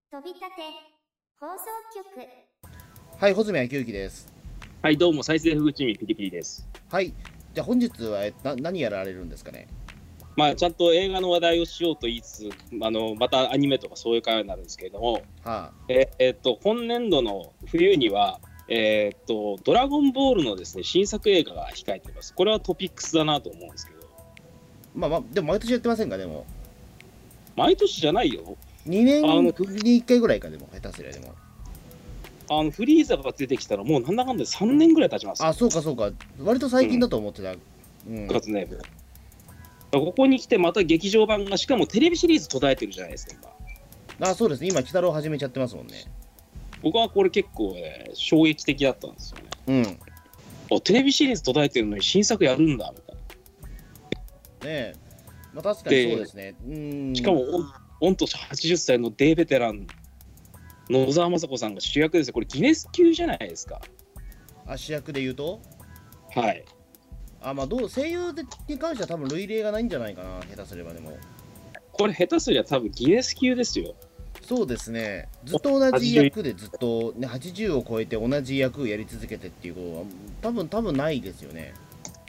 飛び立て放送局。 はい、穂積昭之です。 はい、どうも、再生ふぐちみピリピリです。 はい、じゃあ本日は何やられるんですかね。 まあ、ちゃんと映画の話題をしようと言いつつ、またアニメとかそういう会になるんですけれども、 はあ、 今年度の冬には、ドラゴンボールのですね、新作映画が控えています。これはトピックスだなと思うんですけど。 でも毎年やってませんか。でも毎年じゃないよ。 2年に1回ぐらいか。でも下手すりゃでもフリーザが出てきたらもうなんだかんだで3年ぐらい経ちます。 あ、そうかそうか、割と最近だと思ってた。 ここに来てまた劇場版がしかもテレビシリーズ途絶えてるじゃないですか今。あ、そうですね、今鬼太郎始めちゃってますもんね。 僕はこれ結構ね衝撃的だったんですよね。テレビシリーズ途絶えてるのに新作やるんだみたいな。 ねえ、まあ確かにそうですね。 しかも御年80歳のデーベテラン野沢雅子さんが主役ですよ。これギネス級じゃないですか。 主役で言うと、 はい。 声優に関しては多分類例がないんじゃないかな、下手すれば。でもこれ下手すりゃ多分ギネス級ですよ。 そうですね、ずっと同じ役でずっと、ね、80を超えて同じ役をやり続けてっていうことは多分ないですよね。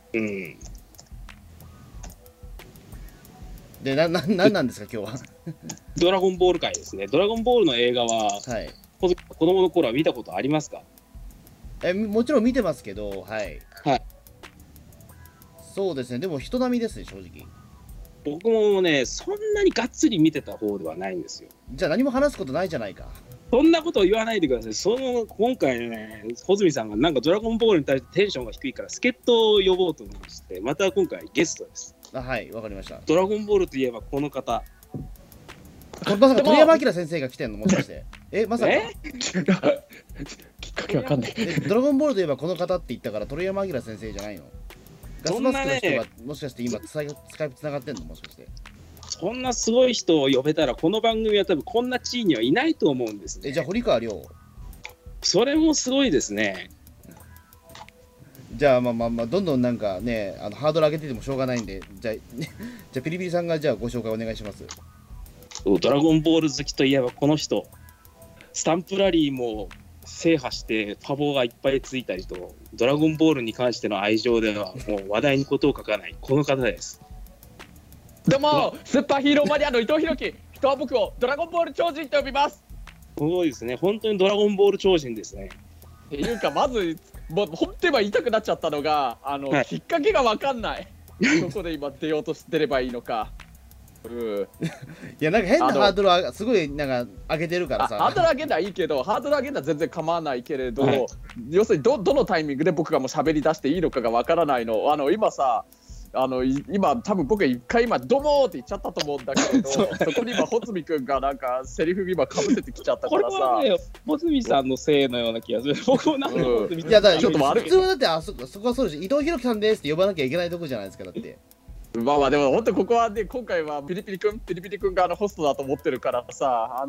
で、なんなんですか今日は。 ドラゴンボール界ですね。ドラゴンボールの映画は、 はい、 子供の頃は見たことありますか？ もちろん見てますけど、はい。 はい。 そうですね、でも人並みですね、正直。 僕もね、そんなにがっつり見てた方ではないんですよ。 じゃあ何も話すことないじゃないか。 そんなことを言わないでください。今回ね、穂積さんがなんかドラゴンボールに対してテンションが低いから助っ人を呼ぼうと思いまして、また今回ゲストです。 はい、わかりました。 ドラゴンボールといえばこの方。 まさか鳥山明先生が来てんの、もしかして。まさかきっかけわかんない。 ドラゴンボールといえばこの方って言ったから鳥山明先生じゃないの？ガスマスクの人がもしかして今スカイプつながってんの？もしかして。 そんなすごい人を呼べたらこの番組は多分こんな地位にはいないと思うんですね。 じゃあ堀川亮。 それもすごいですね。 じゃあどんどんなんかね、ハードル上げててもしょうがないんで、じゃあピリピリさんがじゃあご紹介お願いします。 ドラゴンボール好きといえばこの人、スタンプラリーも制覇してパボがいっぱいついたりと、ドラゴンボールに関しての愛情ではもう話題に事を書かないこの方です。 どうも、スーパーヒーローマニアの伊藤弘樹。人は僕をドラゴンボール超人と呼びます。 すごいですね。本当にドラゴンボール超人ですね。 っていうか、まず本当に言いたくなっちゃったのが、はい、きっかけが分かんない。どこで今出ようとしてればいいのか。 いや、なんか変なハードルはすごいなんか上げてるからさ。 ハードル上げたらいいけど、ハードル上げたら全然構わないけれど、はい、要するにどのタイミングで僕がもう喋り出していいのかが分からないの。今さ、今多分僕一回今どうもって言っちゃったと思うんだけれどそこに今穂積君がなんかセリフ今かぶせてきちゃったからさ、 これはね、穂積さんのせいのような気がする。僕もなんか穂積さん、 いやだからちょっと悪い。普通はだってそこはそうです。伊藤弘樹さんですって呼ばなきゃいけないとこじゃないですか。だってでも本当にここはね、今回はピリピリ君がホストだと思ってるからさ、はい、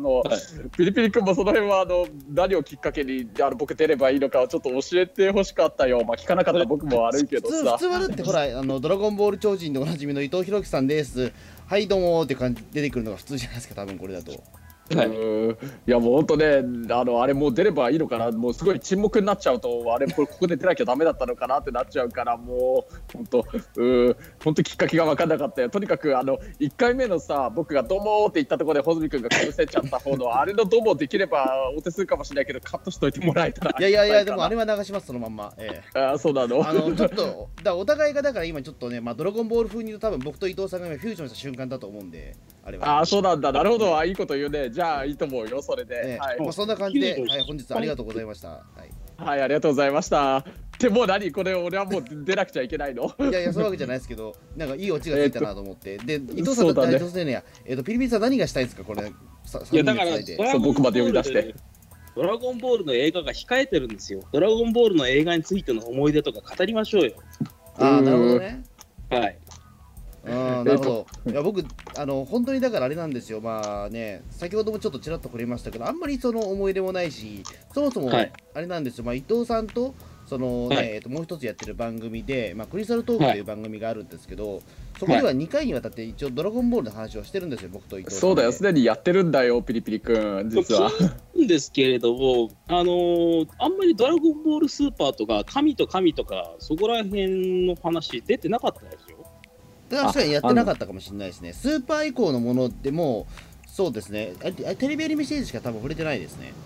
ピリピリ君もその辺は何をきっかけに僕出ればいいのかをちょっと教えてほしかったよ。聞かなかった僕も悪いけどさ。 普通はだってほらドラゴンボール超人でおなじみの伊藤弘樹さんです。はいどうもって感じ出てくるのが普通じゃないですか。多分これだと。 はい、いやもう本当ね、あれもう出ればいいのかな、もうすごい沈黙になっちゃうと、ここで出なきゃダメだったのかなってなっちゃうから、もう本当きっかけが分かんなかったよ。とにかく1回目のさ、僕がどうもって言ったところで穂積君がかぶせちゃった方のあれのどうもできればお手数かもしれないけどカットしといてもらえたら。 いやでもあれは流します、そのまんま。 そうなの。 ちょっとお互いがだから今ちょっとね、ドラゴンボール風に言うと多分僕と伊藤さんが今フュージョンした瞬間だと思うんで、あれは。 そうなんだ。なるほど、いいこと言うね。じゃあいいと思うよ、それで。 そんな感じで、本日ありがとうございました。 はい、ありがとうございました。でもこれ俺はもう出なくちゃいけないの？ いやそういうわけじゃないですけど、なんかいいオチがついたなと思って。で、伊藤さんと伊藤さんね、ピリピリさん何がしたいんですかこれ。 いやだから僕まで呼び出して。 ドラゴンボールの映画が控えてるんですよ。ドラゴンボールの映画についての思い出とか語りましょうよ。 なるほどね。 はい。 なるほど。いや僕本当にだからあれなんですよ。先ほどもちょっとちらっと触れましたけど、あんまりその思い出もないし、そもそもあれなんですよ。伊藤さんとそのね、 はいもう一つやってる番組で、クリスタルトークという番組があるんですけど、そこでは2回にわたって一応ドラゴンボールの話をしてるんですよ、僕と伊藤さんで。 そうだよ、すでにやってるんだよ、ピリピリくん、実は。 聞くんですけれども、あんまりドラゴンボールスーパーとか、神と神とか、そこら辺の話出てなかったですよ。 確かにやってなかったかもしれないですね。スーパー以降のものでも、そうですね、テレビアニメシリーズしか多分触れてないですね。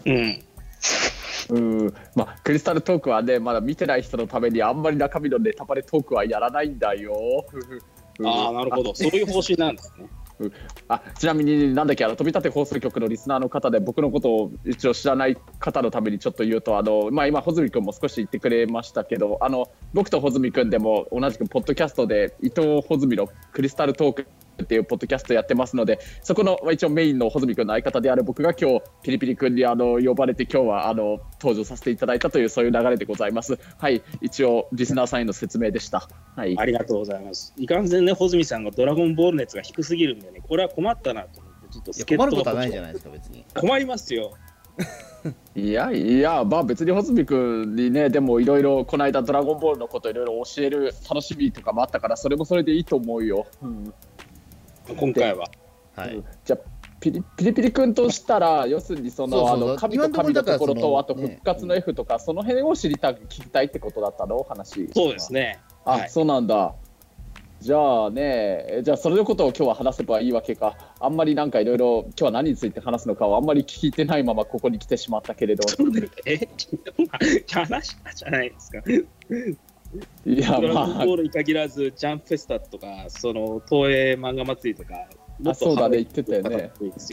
クリスタルトークはね、まだ見てない人のためにあんまり中身のネタバレトークはやらないんだよ。 なるほど、そういう方針なんですね。 ちなみになんだっけ、飛び立て放送局のリスナーの方で僕のことを一応知らない方のためにちょっと言うと、今穂積君も少し言ってくれましたけど、僕と穂積君でも同じくポッドキャストで伊藤穂積のクリスタルトークっていうポッドキャストやってますので、そこの一応メインの穂積君の相方である僕が今日ピリピリ君に呼ばれて今日は登場させていただいたというそういう流れでございます。はい、一応リスナーさんへの説明でした。はい、 ありがとうございます。いかんせんね、穂積さんがドラゴンボール熱が低すぎるんでね、これは困ったなと思ってちょっと助っ人困ることはないじゃないですか、別に。 困りますよ。 いや別に穂積君にね、でもいろいろこの間ドラゴンボールのこといろいろ教える楽しみとかもあったから、それもそれでいいと思うよ。 今回は、 じゃあピリピリ君としたら、要するに神と神のところと、あと復活の F とか、その辺を聞きたいってことだったの話。 そうですね。 そうなんだ。じゃあそれのことを今日は話せばいいわけか。あんまりなんかいろいろ今日は何について話すのかをあんまり聞いてないままここに来てしまったけれど。 話したじゃないですか。 いや、 ドラゴンボールに限らずジャンプフェスタとか、その東映漫画祭りとか、 そうだね、言ってたよね。東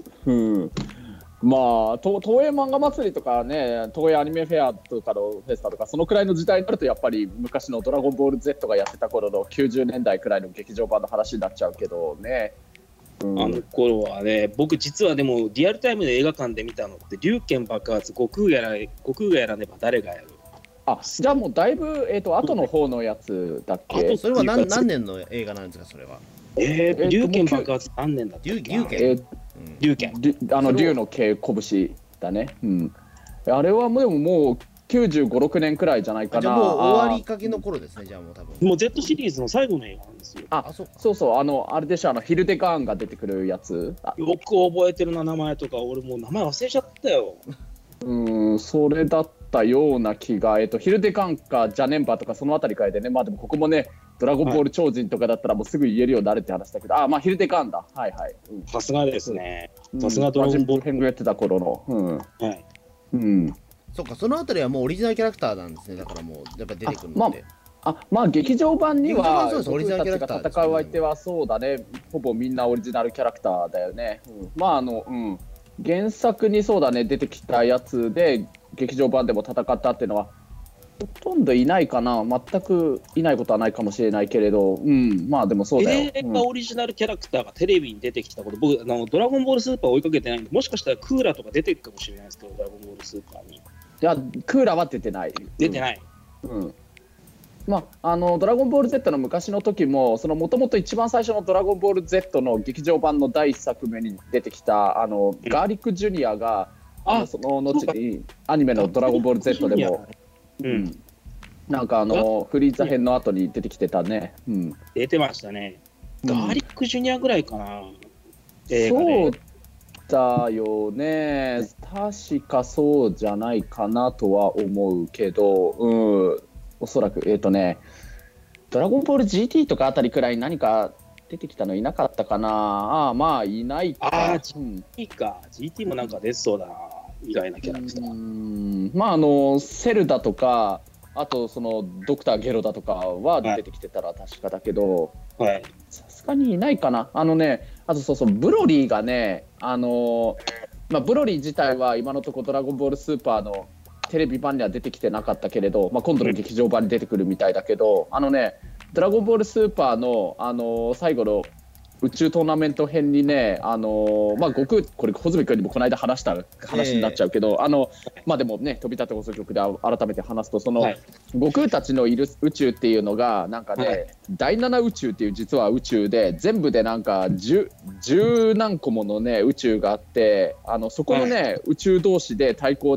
映漫画祭りとかね、東映アニメフェアとかのフェスタとか、そのくらいの時代になるとやっぱり昔のドラゴンボール Z がやってた頃の90年代くらいの劇場版の話になっちゃうけどね。 あの頃はね、僕実はでもリアルタイムで映画館で見たのって龍拳爆発、悟空がやらねば誰がやる。 じゃあもうだいぶ後の方のやつだっけ。 それは何年の映画なんですか、それは。 龍拳爆発何年だったっけ。龍拳龍の拳だね。あれはもう95、6年くらいじゃないかな。 じゃあもう終わりかけの頃ですね、じゃあもう多分。 もう Z シリーズの最後の映画なんですよ。 そうあれでしょ、ヒルデガーンが出てくるやつ。 よく覚えてるな、名前とか。俺もう名前忘れちゃったよ。 それだったような気が、ヒルデガンかジャネンバーとかそのあたりからでね、でもここもね、ドラゴンボール超人とかだったらもうすぐ言えるようになるって話だけど、ヒルデガンだ。 さすがですね。さすがドラゴンボール編がやってた頃の。 そっか、そのあたりはもうオリジナルキャラクターなんですね。だからもうやっぱ出てくるので。 劇場版にはオリジナルキャラクター僕たちが戦う相手はそうだね、ほぼみんなオリジナルキャラクターだよね。原作にそうだね、出てきたやつで劇場版でも戦ったっていうのはほとんどいないかな。全くいないことはないかもしれないけれど、でもそうだよ。 映画オリジナルキャラクターがテレビに出てきたこと、僕ドラゴンボールスーパー追いかけてないんで、もしかしたらクーラとか出てくるかもしれないですけど、ドラゴンボールスーパーに。 いや、クーラは出てない。 出てない。 ドラゴンボール Z の昔の時も、もともと一番最初のドラゴンボール Z の劇場版の第1作目に出てきたガーリックジュニアが、その後にアニメのドラゴンボール Z でも、なんかフリーザ編の後に出てきてたね。 出てましたね。ガーリックジュニアぐらいかな。 そうだよね。確かそうじゃないかなとは思うけど、おそらくドラゴンボール GT とかあたりくらい何か出てきたのいなかったかな。いないか。 GT か。GT もなんか出そうだな、意外なキャラクター。 セルダとか、あとドクターゲロだとかは出てきてたら確かだけど、さすがにいないかな。あとブロリーがね、ブロリー自体は今のところドラゴンボールスーパーのテレビ版には出てきてなかったけれど、今度の劇場版に出てくるみたいだけど、ドラゴンボールスーパーの、最後の宇宙トーナメント編にね、悟空、これ穂積君にもこの間話した話になっちゃうけど、でもね、飛び立て放送局で改めて話すと、悟空たちのいる宇宙っていうのがなんかね、第7宇宙っていう実は宇宙で、全部でなんか10何個ものね宇宙があって、そこのね、宇宙同士で対抗で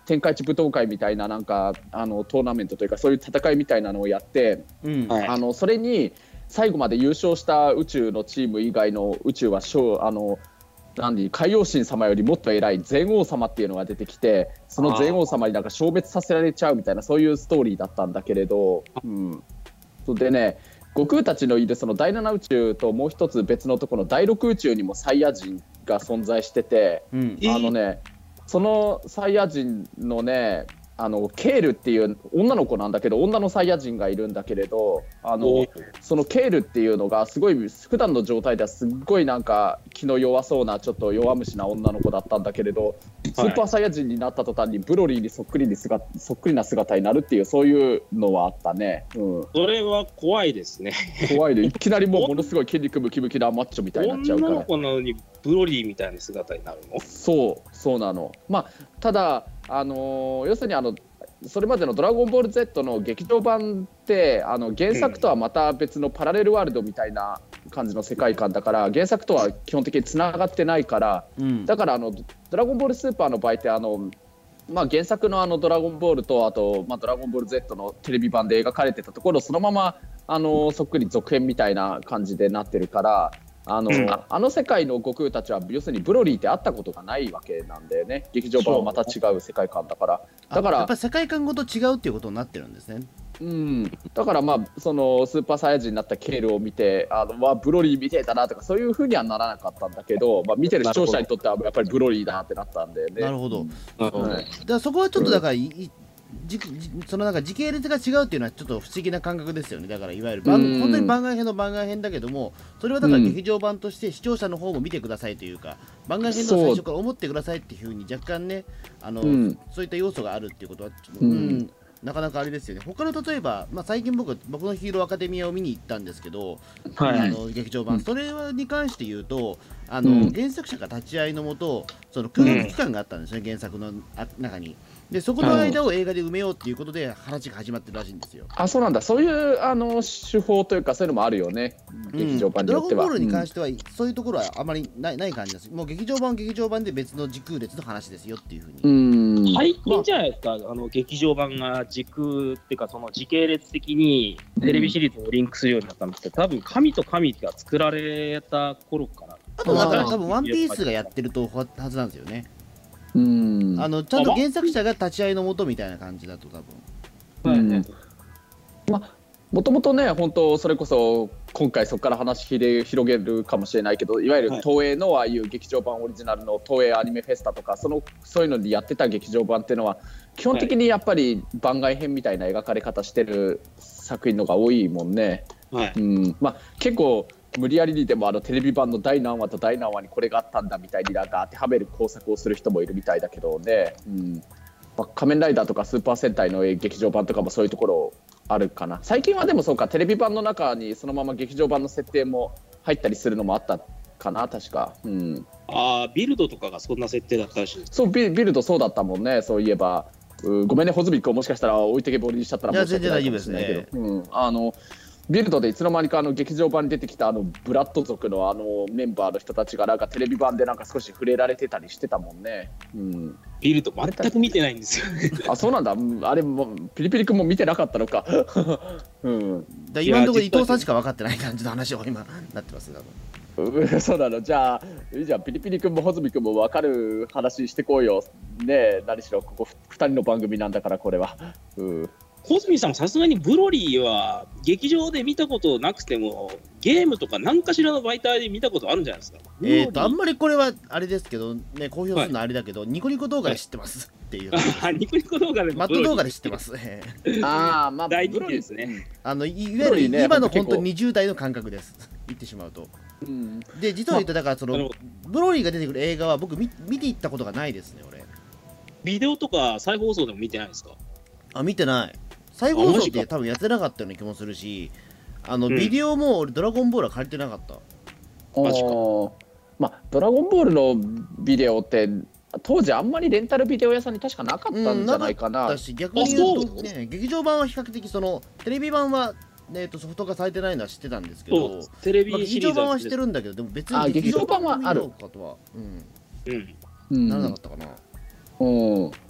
天下一武道会みたいななんかトーナメントというかそういう戦いみたいなのをやって、 はい、 それに最後まで優勝した宇宙のチーム以外の宇宙は海王神様よりもっと偉い全王様っていうのが出てきて、その全王様になんか消滅させられちゃうみたいなそういうストーリーだったんだけれど、それでね、悟空たちのいるその第7宇宙ともう一つ別のところの第6宇宙にもサイヤ人が存在してて、そのサイヤ人のね、ケールっていう女の子なんだけど、女のサイヤ人がいるんだけれど、そのケールっていうのがすごい普段の状態ではすっごいなんか気の弱そうなちょっと弱虫な女の子だったんだけれど、スーパーサイヤ人になった途端にブロリーにそっくりな姿になるっていうそういうのはあったね。 それは怖いですね。 怖いで、いきなりものすごい筋肉ムキムキなマッチョみたいになっちゃうから。 女の子なのにブロリーみたいな姿になるの？ そうなの。ただ要するにそれまでの「ドラゴンボール Z」の劇場版って原作とはまた別のパラレルワールドみたいな感じの世界観だから、原作とは基本的につながってないから、だからドラゴンボールスーパーの場合って原作のドラゴンボールとあと、ドラゴンボール Z のテレビ版で描かれてたところそのままそっくり続編みたいな感じでなってるから、あの世界の悟空たちは要するにブロリーって会ったことがないわけなんだよね。劇場版はまた違う世界観だから、 やっぱ世界観ごと違うっていうことになってるんですね。 だからそのスーパーサイヤ人になったケールを見てブロリー見てたなとかそういう風にはならなかったんだけど、見てる視聴者にとってはやっぱりブロリーだなってなったんだよね。 なるほど。だからそこはちょっとだから、そのなんか時系列が違うっていうのはちょっと不思議な感覚ですよね。だからいわゆる本当に番外編の番外編だけども、それはだから劇場版として視聴者の方も見てくださいというか、番外編の最初から思ってくださいっていう風に若干ねそういった要素があるっていうことはなかなかあれですよね。他の例えば、最近僕のヒーローアカデミアを見に行ったんですけど、劇場版、それに関して言うと原作者が立ち会いのもとその空白期間があったんですね、原作の中に。でそこの間を映画で埋めようっていうことで話が始まってるらしいんですよ。 そうなんだ。そういう手法というかそういうのもあるよね、劇場版によっては。 ドラゴンボールに関しては、そういうところはあまりない感じです。もう劇場版で別の時空列の話ですよっていうふうに。 最近じゃないですか、劇場版が時空っていうかその時系列的にテレビシリーズをリンクするようになったんですけど、多分神と神が作られた頃から。 あと多分ワンピースがやってるとはずなんですよね。ちゃんと原作者が立ち会いのもとみたいな感じだと多分。 もともとね、本当それこそ今回そこから話広げるかもしれないけど、いわゆる東映のああいう劇場版オリジナルの東映アニメフェスタとかそういうのでやってた劇場版っていうのは基本的にやっぱり番外編みたいな描かれ方してる作品のが多いもんね。結構無理やりにでもテレビ版の第何話と第何話にこれがあったんだみたいになんか当てはめる工作をする人もいるみたいだけどね。仮面ライダーとかスーパー戦隊の劇場版とかもそういうところあるかな。最近はでもそうか、テレビ版の中にそのまま劇場版の設定も入ったりするのもあったかな、確か。 ビルドとかがそんな設定だったらしいです。 そう、ビルドそうだったもんね。そういえばごめんね、ホズミックをもしかしたら置いてけぼりにしちゃったら申し訳ないかもしれないけど、ビルドでいつの間にか劇場版に出てきたブラッド族のメンバーの人たちがなんかテレビ版でなんか少し触れられてたりしてたもんね。 ビルド全く見てないんですよね。 そうなんだ。あれもピリピリ君も見てなかったのか。 今のところ伊藤さんしか分かってない感じの話を今なってますが。 そうなの。じゃあピリピリ君もホズミ君も分かる話してこうよね。何しろここ2人の番組なんだからこれは。 ホズミさんもさすがにブロリーは劇場で見たことなくてもゲームとか何かしらの媒体で見たことあるんじゃないですか。 あんまりこれはあれですけどね、公表するのはあれだけど、ニコニコ動画で知ってますっていう。 ニコニコ動画でマット動画で知ってます。 大人気ですね。 いわゆる今の本当に20代の感覚です。言ってしまうと。で実は言うとだからそのブロリーが出てくる映画は僕見ていったことがないですね、俺。 ビデオとか再放送でも見てないですか？ 見てない。再放送って多分やってなかったような気もするし、ビデオも俺ドラゴンボールは借りてなかった。 マジか。ドラゴンボールのビデオって当時あんまりレンタルビデオ屋さんに確かなかったんじゃないかな。 逆に言うとね、劇場版は比較的テレビ版はソフト化されてないのは知ってたんですけど、 テレビ劇場版は知ってるんだけど、でも別に劇場版はあるかとはならなかったかな。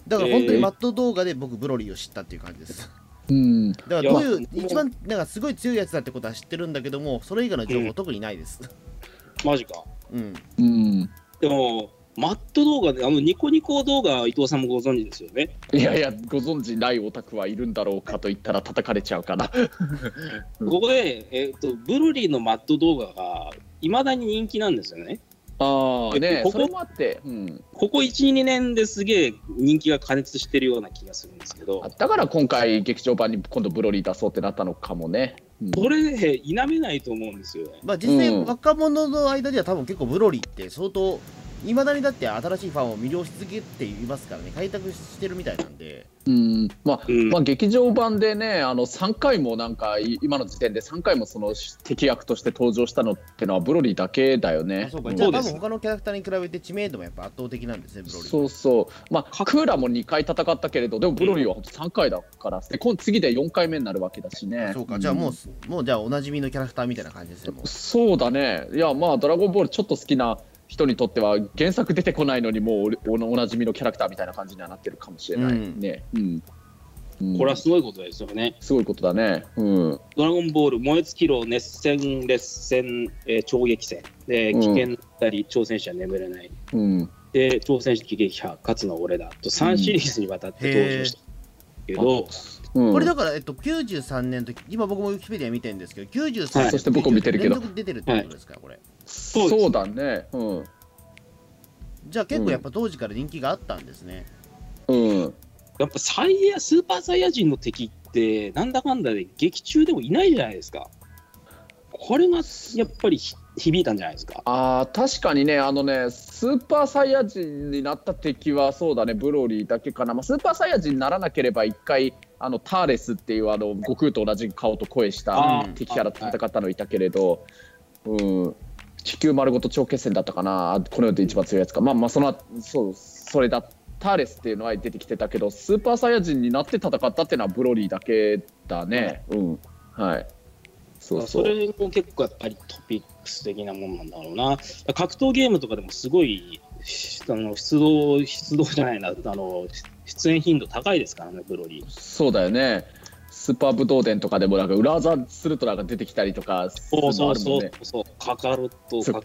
だから本当にマット動画で僕ブロリーを知ったっていう感じです。 うん。 だからどういう一番なんかすごい強いやつだってことは知ってるんだけども、それ以外の情報特にないです。 マジか。でもマット動画でニコニコ動画伊藤さんもご存知ですよね。 いやいや、ご存知ないオタクはいるんだろうかと言ったら叩かれちゃうかな。 ここで、ブロリーのマット動画がいまだに人気なんですよね。 ああね、 ここそれもあって、 ここ 1,2 年ですげえ人気が過熱してるような気がするんですけど、 だから今回劇場版に今度ブロリー出そうってなったのかもね。 これね否めないと思うんですよね。 まあ実際若者の間では多分結構ブロリーって相当いまだにだって新しいファンを魅了し続けていますからね、開拓してるみたいなんで。 まあ劇場版でね、3回もなんか今の時点で3回もその敵役として登場したのってのはブロリーだけだよね。 そうか、じゃあ多分他のキャラクターに比べて知名度もやっぱ圧倒的なんですね、ブロリー。 そうそう。まあクーラも2回戦ったけれど、でもブロリーは3回だからで、次で4回目になるわけだしね。 そうか、じゃあもうじゃあおなじみのキャラクターみたいな感じですね。もうそうだね。いやまあドラゴンボールちょっと好きな人にとっては原作出てこないのにもうおなじみのキャラクターみたいな感じにはなってるかもしれないね。 これはすごいことですよね。 すごいことだね。 ドラゴンボール燃え尽きろ熱戦烈戦、超激戦で危険だったり挑戦者眠れない、で挑戦者撃破勝つの俺だと3シリーズにわたって登場したけど、 これだから93年と今僕もウィキペディア見てるんですけど93年そして僕も見てるけど連続出てるってことですか、これ。 そうだね。 じゃあ結構やっぱ当時から人気があったんですね。 やっぱスーパーサイヤ人の敵ってなんだかんだで劇中でもいないじゃないですか。これがやっぱり響いたんじゃないですか。 確かにね、スーパーサイヤ人になった敵はそうだね、ブロリーだけかな。スーパーサイヤ人にならなければ一回ターレスっていう悟空と同じ顔と声した敵キャラと戦ったのいたけれど、地球丸ごと超決戦だったかな、この世で一番強いやつか。それだターレスっていうのは出てきてたけど、スーパーサイヤ人になって戦ったっていうのはブロリーだけだね。はい。 それも結構やっぱりトピックス的なもんなんだろうな。格闘ゲームとかでもすごい出動じゃないな、出演頻度高いですからね、ブロリー。 そうだよね。スーパーブドウ伝とかでもなんか裏技するとなんか出てきたりとか、 そうカカロッ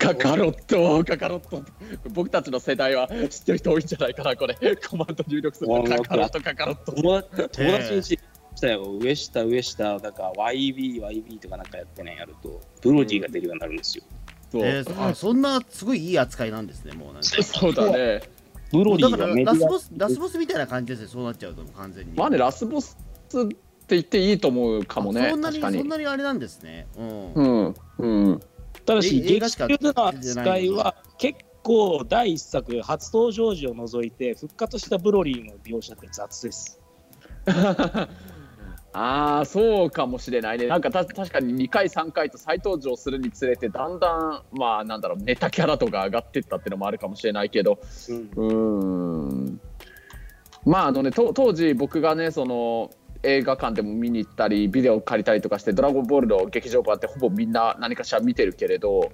ト僕たちの世代は知ってる人多いんじゃないかな。これコマンド入力するとカカロット友達にしたよ。上下なんか YB とかなんかやってね、やるとブロディが出るようになるんですよ。 そんなすごいいい扱いなんですね。もうなんかそうだね。 ブロディがだからラスボスみたいな感じですね。そうなっちゃうと完全に。 まあね、ラスボスって言っていいと思うかもね。 そんなにあれなんですね。 ただし劇中での扱いは結構第一作初登場時を除いて復活したブロリーの描写って雑です。 そうかもしれないね。なんか確かに2回3回と再登場するにつれてだんだんネタキャラとか上がってったっていうのもあるかもしれないけど、当時僕がね映画館でも見に行ったりビデオ借りたりとかしてドラゴンボールの劇場版ってほぼみんな何かしら見てるけれど、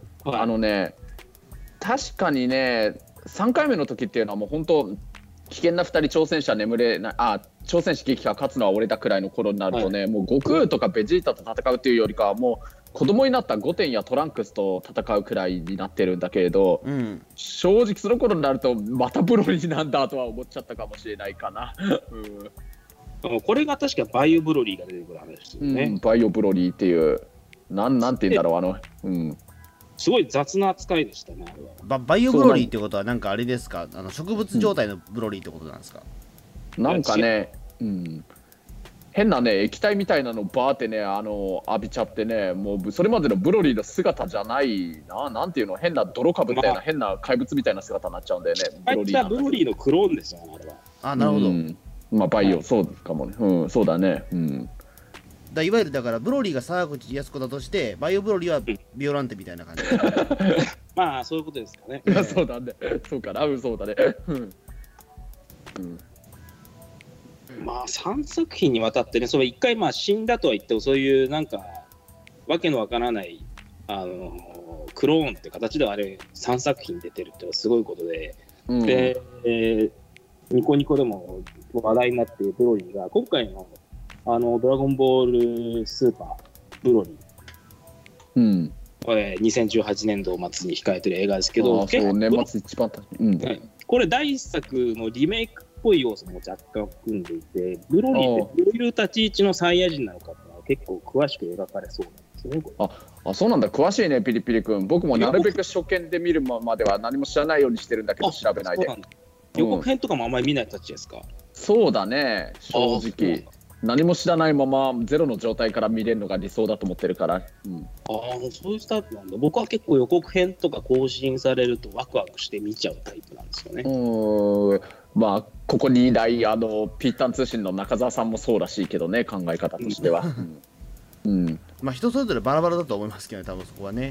確かにね3回目の時っていうのはもう本当危険な2人挑戦者眠れない挑戦者撃破勝つのは俺だくらいの頃になるとね、もう悟空とかベジータと戦うっていうよりかはもう子供になったゴテンやトランクスと戦うくらいになってるんだけれど、正直その頃になるとまたブロリーなんだとは思っちゃったかもしれないかな。 これが確かバイオブロリーが出てくる話ですよね。 バイオブロリーっていうなんて言うんだろうすごい雑な扱いでしたね。 バイオブロリーってことはなんかあれですか、植物状態のブロリーってことなんですか。 なんかね、変なね液体みたいなのバーってね浴びちゃってね、もうそれまでのブロリーの姿じゃないなんていうの、変な泥かぶったような変な怪物みたいな姿になっちゃうんだよね。 ブロリーのクローンですよね、あれは。 なるほど。 バイオ、そうかもね。そうだね。 いわゆるだからブロリーが沢口靖子だとしてバイオブロリーはビオランテみたいな感じ。 まあそういうことですかね。 そうだね。そうかな。そうだね。 まあ3作品にわたってね、それ1回死んだとは言ってもそういうなんかわけのわからないクローンって形ではあれ3作品出てるってすごいことで、でニコニコでも話題になっているブロリーが、今回のドラゴンボールスーパーブロリー、2018年度を末に控えてる映画ですけど、 そう年末一番これ第一作のリメイクっぽい要素も若干含んでいて、ブロリーってどういう立ち位置のサイヤ人なのかっていうのは結構詳しく描かれそうなんですよね。 そうなんだ、詳しいね、ピリピリ君。僕もなるべく初見で見るまでは何も知らないようにしてるんだけど、調べないで。 予告編とかもあんまり見ない立ちですか？ そうだね、正直。何も知らないままゼロの状態から見れるのが理想だと思ってるから。 そういうスタートなんだ。僕は結構予告編とか更新されるとワクワクして見ちゃうタイプなんですよね。 ここにいないピータン通信の中澤さんもそうらしいけどね、考え方としては。 人それぞれバラバラだと思いますけどね、多分そこはね。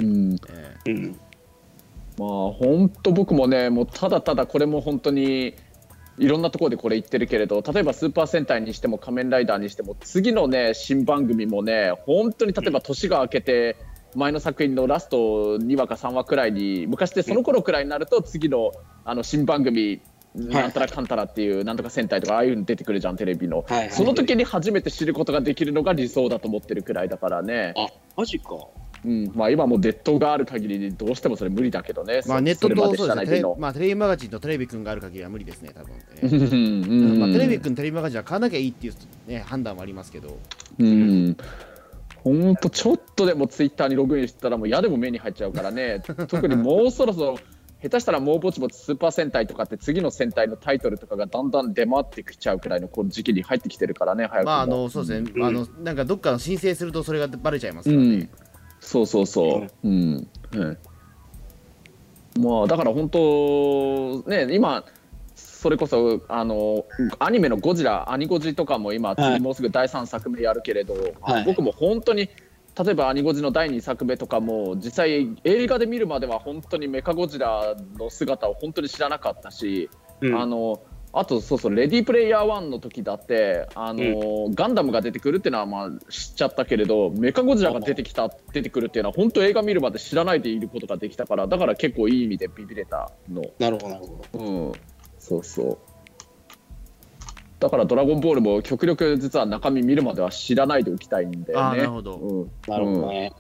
本当僕もね、もうただただこれも本当にいろんなところでこれ言ってるけれど、例えばスーパー戦隊にしても仮面ライダーにしても、次のね新番組もね、本当に例えば年が明けて前の作品のラスト2話か3話くらいに、昔でその頃くらいになると次の新番組なんたらかんたらっていうなんとか戦隊とかああいうの出てくるじゃん、テレビの。その時に初めて知ることができるのが理想だと思ってるくらいだからね。 マジか。 今もうネットがある限りどうしてもそれ無理だけどね。 ネットとそうですね、テレビマガジンとテレビくんがある限りは無理ですね、多分。テレビくん、テレビマガジンは買わなきゃいいっていう、判断はありますけど。 ほんとちょっとでもツイッターにログインしてたらもう嫌でも目に入っちゃうからね。特にもうそろそろ下手したらもうぼちぼちスーパー戦隊とかって次の戦隊のタイトルとかがだんだん出回ってきちゃうくらいのこの時期に入ってきてるからね、早くも。 そうですね、なんかどっかの申請するとそれがバレちゃいますからね。 そうだから本当ね、今それこそアニメのゴジラ、アニゴジとかも今、もうすぐ第3作目やるけれど、僕も本当に例えばアニゴジの第2作目とかも実際映画で見るまでは本当にメカゴジラの姿を本当に知らなかったし、あとレディープレイヤー1の時だってガンダムが出てくるっていうのは知っちゃったけれど、メカゴジラが出てくるっていうのは本当映画見るまで知らないでいることができたから、だから結構いい意味でビビれたの。 なるほど。 だからドラゴンボールも極力実は中身見るまでは知らないでおきたいんだよね。 なるほど。 なるほどね。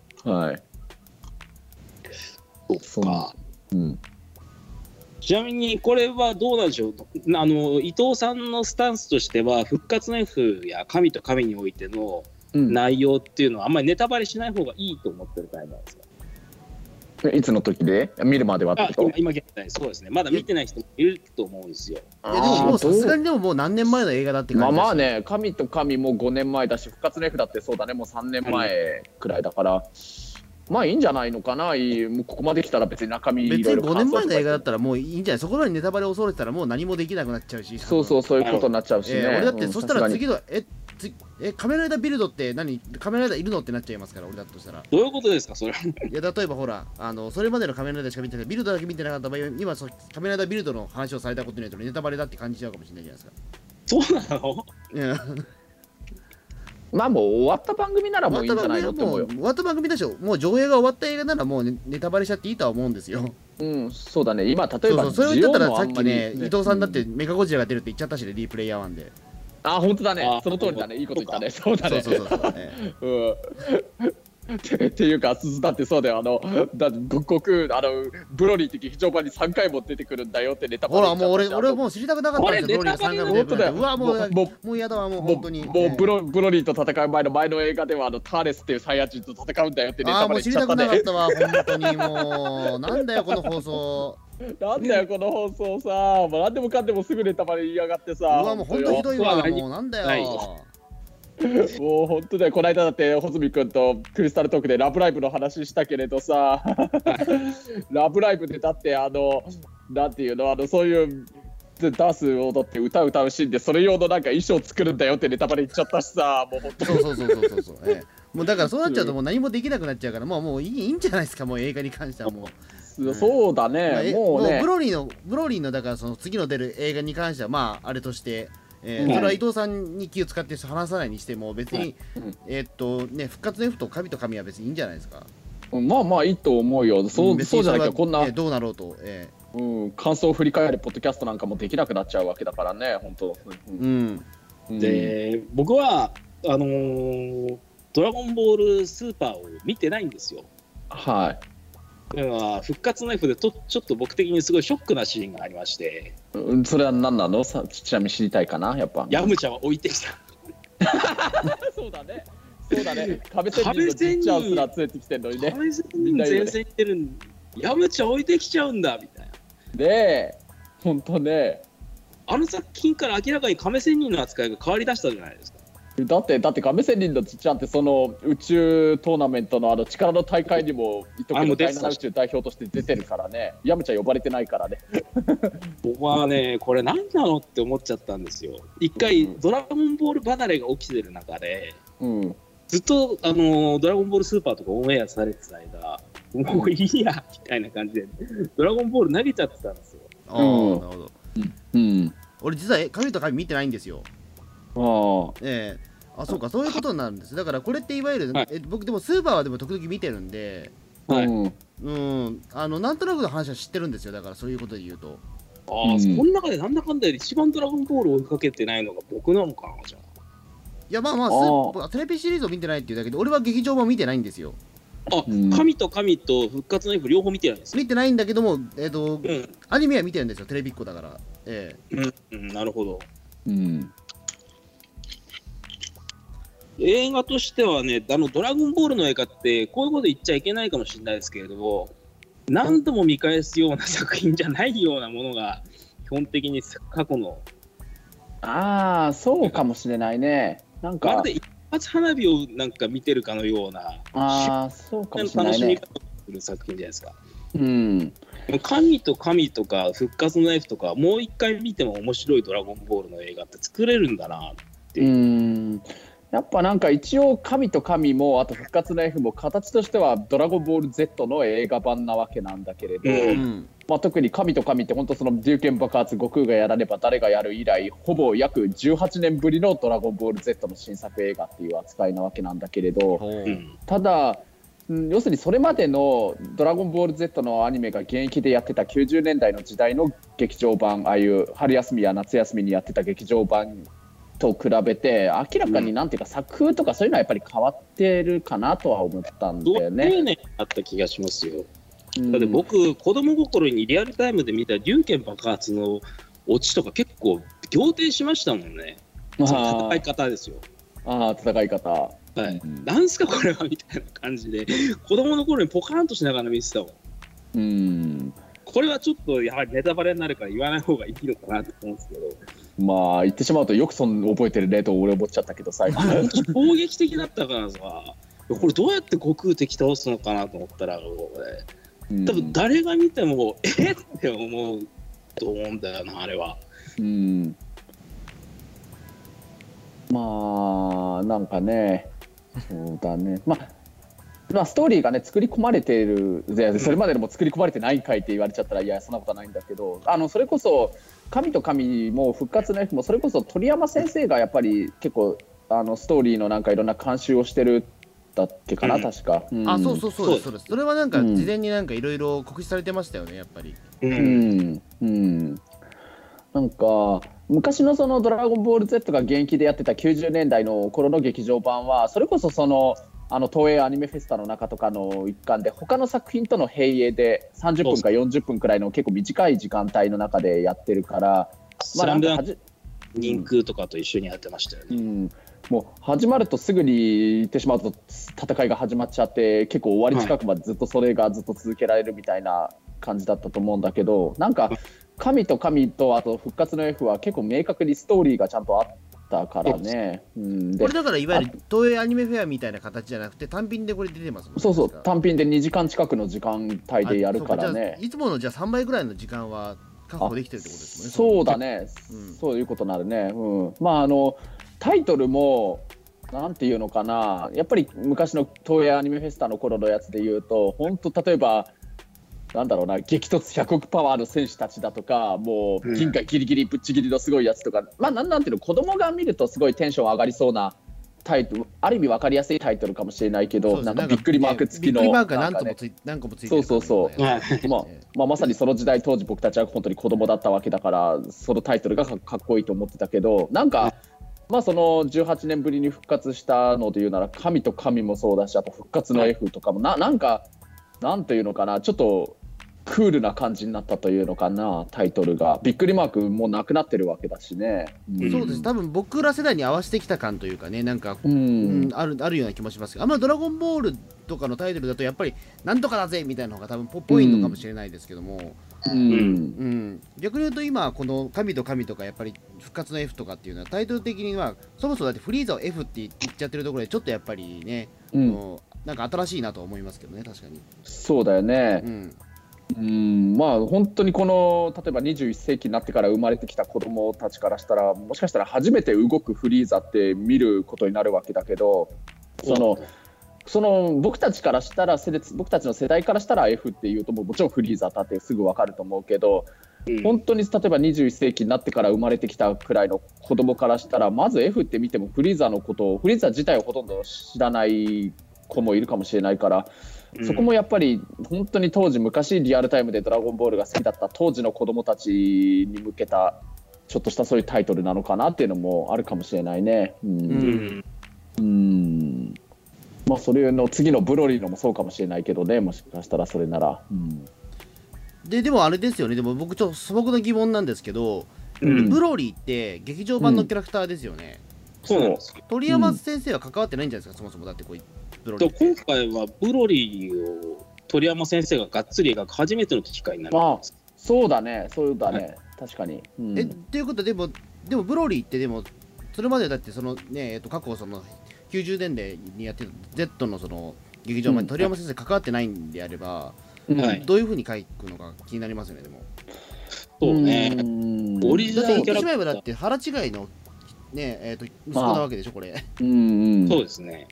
そっか。ちなみにこれはどうなんでしょう。伊藤さんのスタンスとしては、復活の F や神と神においての内容っていうのはあんまりネタバレしない方がいいと思ってるタイプなんですか？ いつの時で見るまではってこと？ 今現在そうですね。まだ見てない人もいると思うんですよ。 でももうさすがにでももう何年前の映画だって感じです。 ね、神と神も5年前だし、復活の F だってそうだね、もう3年前くらいだから、いいんじゃないのかな。もうここまで来たら別に中身いろいろ別に5年前の映画だったらもういいんじゃない。そこまでネタバレを恐れてたらもう何もできなくなっちゃうし。 そういうことになっちゃうしね。 俺だってそしたら次のカメラライダービルドってカメラライダーいるのってなっちゃいますから、俺だとしたら。 どういうことですかそれ？ いや例えばほらそれまでのカメラライダーしか見てない、ビルドだけ見てなかった場合、今カメラライダービルドの話をされたことによってネタバレだって感じちゃうかもしれないじゃないですか。 そうなの？ もう終わった番組ならもういいんじゃないのって思うよ。 終わった番組でしょ。もう上映が終わった映画ならもうネタバレしちゃっていいとは思うんですよ。 そうだね。今例えばそれを言ったらさっきね、伊藤さんだってメカゴジラが出るって言っちゃったしね、リープレイヤー1で。 本当だね。その通りだね。いいこと言ったね。そうだね。っていうか、だってそうだよ、ブロリーって劇場版に3回も出てくるんだよってネタバレ。 ほら、もう俺もう知りたくなかったんですよ、ブロリーが3回も出てくる。うわ、もう嫌だわ、もう本当に。 もうブロリーと戦う前の映画ではターレスっていうサイヤ人と戦うんだよってネタバレしちゃったね。 もう知りたくなかったわ、本当にもう。なんだよ、この放送。 なんだよ、この放送さ。何でもかんでもすぐネタバレ言いやがってさ。 うわ、もう本当ひどいわ、もうなんだよ。 もう本当だよ。この間だって穂積君とクリスタルトークでラブライブの話したけれどさラブライブでだってなんていうの、そういうダンスを踊って歌うシーンでそれ用のなんか衣装作るんだよってネタバレ言っちゃったしさ、もう本当にそうもうだからそうなっちゃうともう何もできなくなっちゃうから、もういいんじゃないですか、もう映画に関してはもう。 そうだね、もうね。 ブロリーのだからその次の出る映画に関してはあれとして。それは伊藤さんに気を使って話さないにしても別に、復活の F と神と神は別にいいんじゃないですか。 いいと思うよ。そうじゃなきゃこんなどうなろうと、 感想を振り返るポッドキャストなんかもできなくなっちゃうわけだからね、本当。 で、僕はドラゴンボールスーパーを見てないんですよ。 はい。 復活ナイフでちょっと僕的にすごいショックなシーンがありまして、 それは何なの？ちなみに知りたいかな、やっぱ。 ヤムチャは置いてきた。 そうだね。壁仙人のジッチャーすら連れてきてんのにね。 壁仙人前線行ってるん、ヤムチャ置いてきちゃうんだみたいな。 で、本当ね。 あの作品から明らかに亀仙人の扱いが変わりだしたじゃないですか。 だって亀仙人のちっちゃんってその宇宙トーナメントの力の大会にも一時の第7宇宙代表として出てるからね。ヤムチャ呼ばれてないからね。 僕はね、これ何なのって思っちゃったんですよ。一回ドラゴンボール離れが起きてる中で、ずっとドラゴンボールスーパーとかオンエアされてた間、もういいやみたいな感じでドラゴンボール投げちゃってたんですよ。 なるほど。俺実は神と神見てないんですよ。そうか、そういうことになるんです。だからこれっていわゆる、僕でもスーパーはでも時々見てるんで、なんとなくの話は知ってるんですよ。だからそういうことで言うと、 その中でなんだかんだで一番ドラゴンボールを追いかけてないのが僕なのかな。じゃあ、 いや、テレビシリーズを見てないっていうだけで、俺は劇場版見てないんですよ。 神と神と復活ナイフ両方見てないんです。 見てないんだけども、アニメは見てるんですよ、テレビっ子だから。 なるほど。映画としてはね、ドラゴンボールの映画ってこういうこと言っちゃいけないかもしれないですけれども、何度も見返すような作品じゃないようなものが基本的に過去のそうかもしれないね。なんかまるで一発花火をなんか見てるかのようなそうかもしれないね。 楽しみ方をする作品じゃないですか。神と神とか復活のナイフとかもう一回見ても面白いドラゴンボールの映画って作れるんだなっていう。 やっぱなんか一応神と神もあと復活ナイフも形としてはドラゴンボール Z の映画版なわけなんだけれど、特に神と神って本当その龍拳爆発悟空がやらねば誰がやる以来ほぼ約18年ぶりのドラゴンボール Z の新作映画っていう扱いなわけなんだけれど、ただ要するにそれまでのドラゴンボール Z のアニメが現役でやってた90年代の時代の劇場版、ああいう春休みや夏休みにやってた劇場版と比べて明らかになんていうか作風とかそういうのはやっぱり変わってるかなとは思ったんだよね。 丁寧にあった気がしますよ。だって僕子供心にリアルタイムで見た龍拳爆発のオチとか結構仰天しましたもんね。その戦い方ですよ。 戦い方。 なんすかこれはみたいな感じで子供の頃にポカーンとしながら見てたもん。これはちょっとやはりネタバレになるから言わない方がいいのかなと思うんですけど、 言ってしまうとよく覚えてるねと俺思っちゃったけど最後衝撃的だったからさ、これどうやって悟空敵倒すのかなと思ったら、多分誰が見てもって思うと思うんだよな、あれは。 なんかね、そうだね、ストーリーがね作り込まれている、それまででも作り込まれてないんかいって言われちゃったらいやそんなことはないんだけど、それこそ神と神も復活の F もそれこそ鳥山先生がやっぱり結構ストーリーのなんかいろんな監修をしてるだっけかな、確か。 そうです。それはなんか事前になんかいろいろ告知されてましたよね、やっぱり。 なんか昔のそのドラゴンボール Z が現役でやってた90年代の頃の劇場版はそれこそその東映アニメフェスタの中とかの一環で他の作品との併映で30分か40分くらいの結構短い時間帯の中でやってるから、 人空とかと一緒にやってましたよね。 もう始まるとすぐに言ってしまうと戦いが始まっちゃって結構終わり近くまでずっとそれがずっと続けられるみたいな感じだったと思うんだけど、なんか神と神とあと復活の F は結構明確にストーリーがちゃんとあったからね。 これだからいわゆる東映アニメフェアみたいな形じゃなくて単品でこれ出てますもんね。 そう単品で2時間近くの時間帯でやるからね。 いつものじゃあ3倍ぐらいの時間は確保できてるってことですもんね。 そうだね、そういうことになるね。タイトルもなんていうのかな、やっぱり昔の東映アニメフェスタの頃のやつで言うと本当例えばなんだろうな、激突100億パワーの選手たちだとか、もう銀河ギリギリぶっちぎりのすごいやつとか、なんていうの、子供が見るとすごいテンション上がりそうなタイトル、ある意味分かりやすいタイトルかもしれないけど、 そうですねなんかびっくりマーク付きの、 びっくりマークがなんかね何個もついてるそうそうそうはいまさにその時代当時僕たちは本当に子供だったわけだから、そのタイトルがかっこいいと思ってたけど、なんか、その18年ぶりに復活したので言うなら神と神もそうだし、あと復活の F とかもなんかなんていうのかな、ちょっとクールな感じになったというのかな、タイトルがびっくりマークもうなくなってるわけだしね、 そうです、多分僕ら世代に合わせてきた感というかね、なんか、あるような気もしますけど、ドラゴンボールとかのタイトルだとやっぱりなんとかだぜみたいなのが多分ぽいのかもしれないですけども、逆に言うと今この神と神とかやっぱり復活の F とかっていうのはタイトル的にはそもそもだってフリーザを F って言っちゃってるところでちょっとやっぱりね、なんか新しいなと思いますけどね、確かに。 そうだよね。本当にこの例えば21世紀になってから生まれてきた子どもたちからしたら、もしかしたら初めて動くフリーザって見ることになるわけだけど、その僕たちからしたら僕たちの世代からしたら F っていうともちろんフリーザだってすぐ分かると思うけど、本当に例えば21世紀になってから生まれてきたくらいの子どもからしたら、まず F って見てもフリーザ自体をほとんど知らない子もいるかもしれないから、そこもやっぱり本当に当時昔リアルタイムでドラゴンボールが好きだった当時の子どもたちに向けたちょっとしたそういうタイトルなのかなっていうのもあるかもしれないね。それの次のブロリーのもそうかもしれないけどね、もしかしたらそれなら。 でもあれですよね、でも僕ちょっと素朴な疑問なんですけど、ブロリーって劇場版のキャラクターですよね。 そうなんですよ。 鳥山先生は関わってないんじゃないですか、そもそも。だってこうブロリー今回はブロリーを鳥山先生ががっつり描く初めての機会になります。 そうだね、確かに。 っていうことでもブロリーってでもそれまでだってそのね、過去その90年代にやってた Z のその劇場版に鳥山先生関わってないんであれば、どういう風に書くのか気になりますよね。でもそうね、オリジナルキャラクター、 言ってしまえばだって腹違いのね、息子なわけでしょ、これ。 そうですね。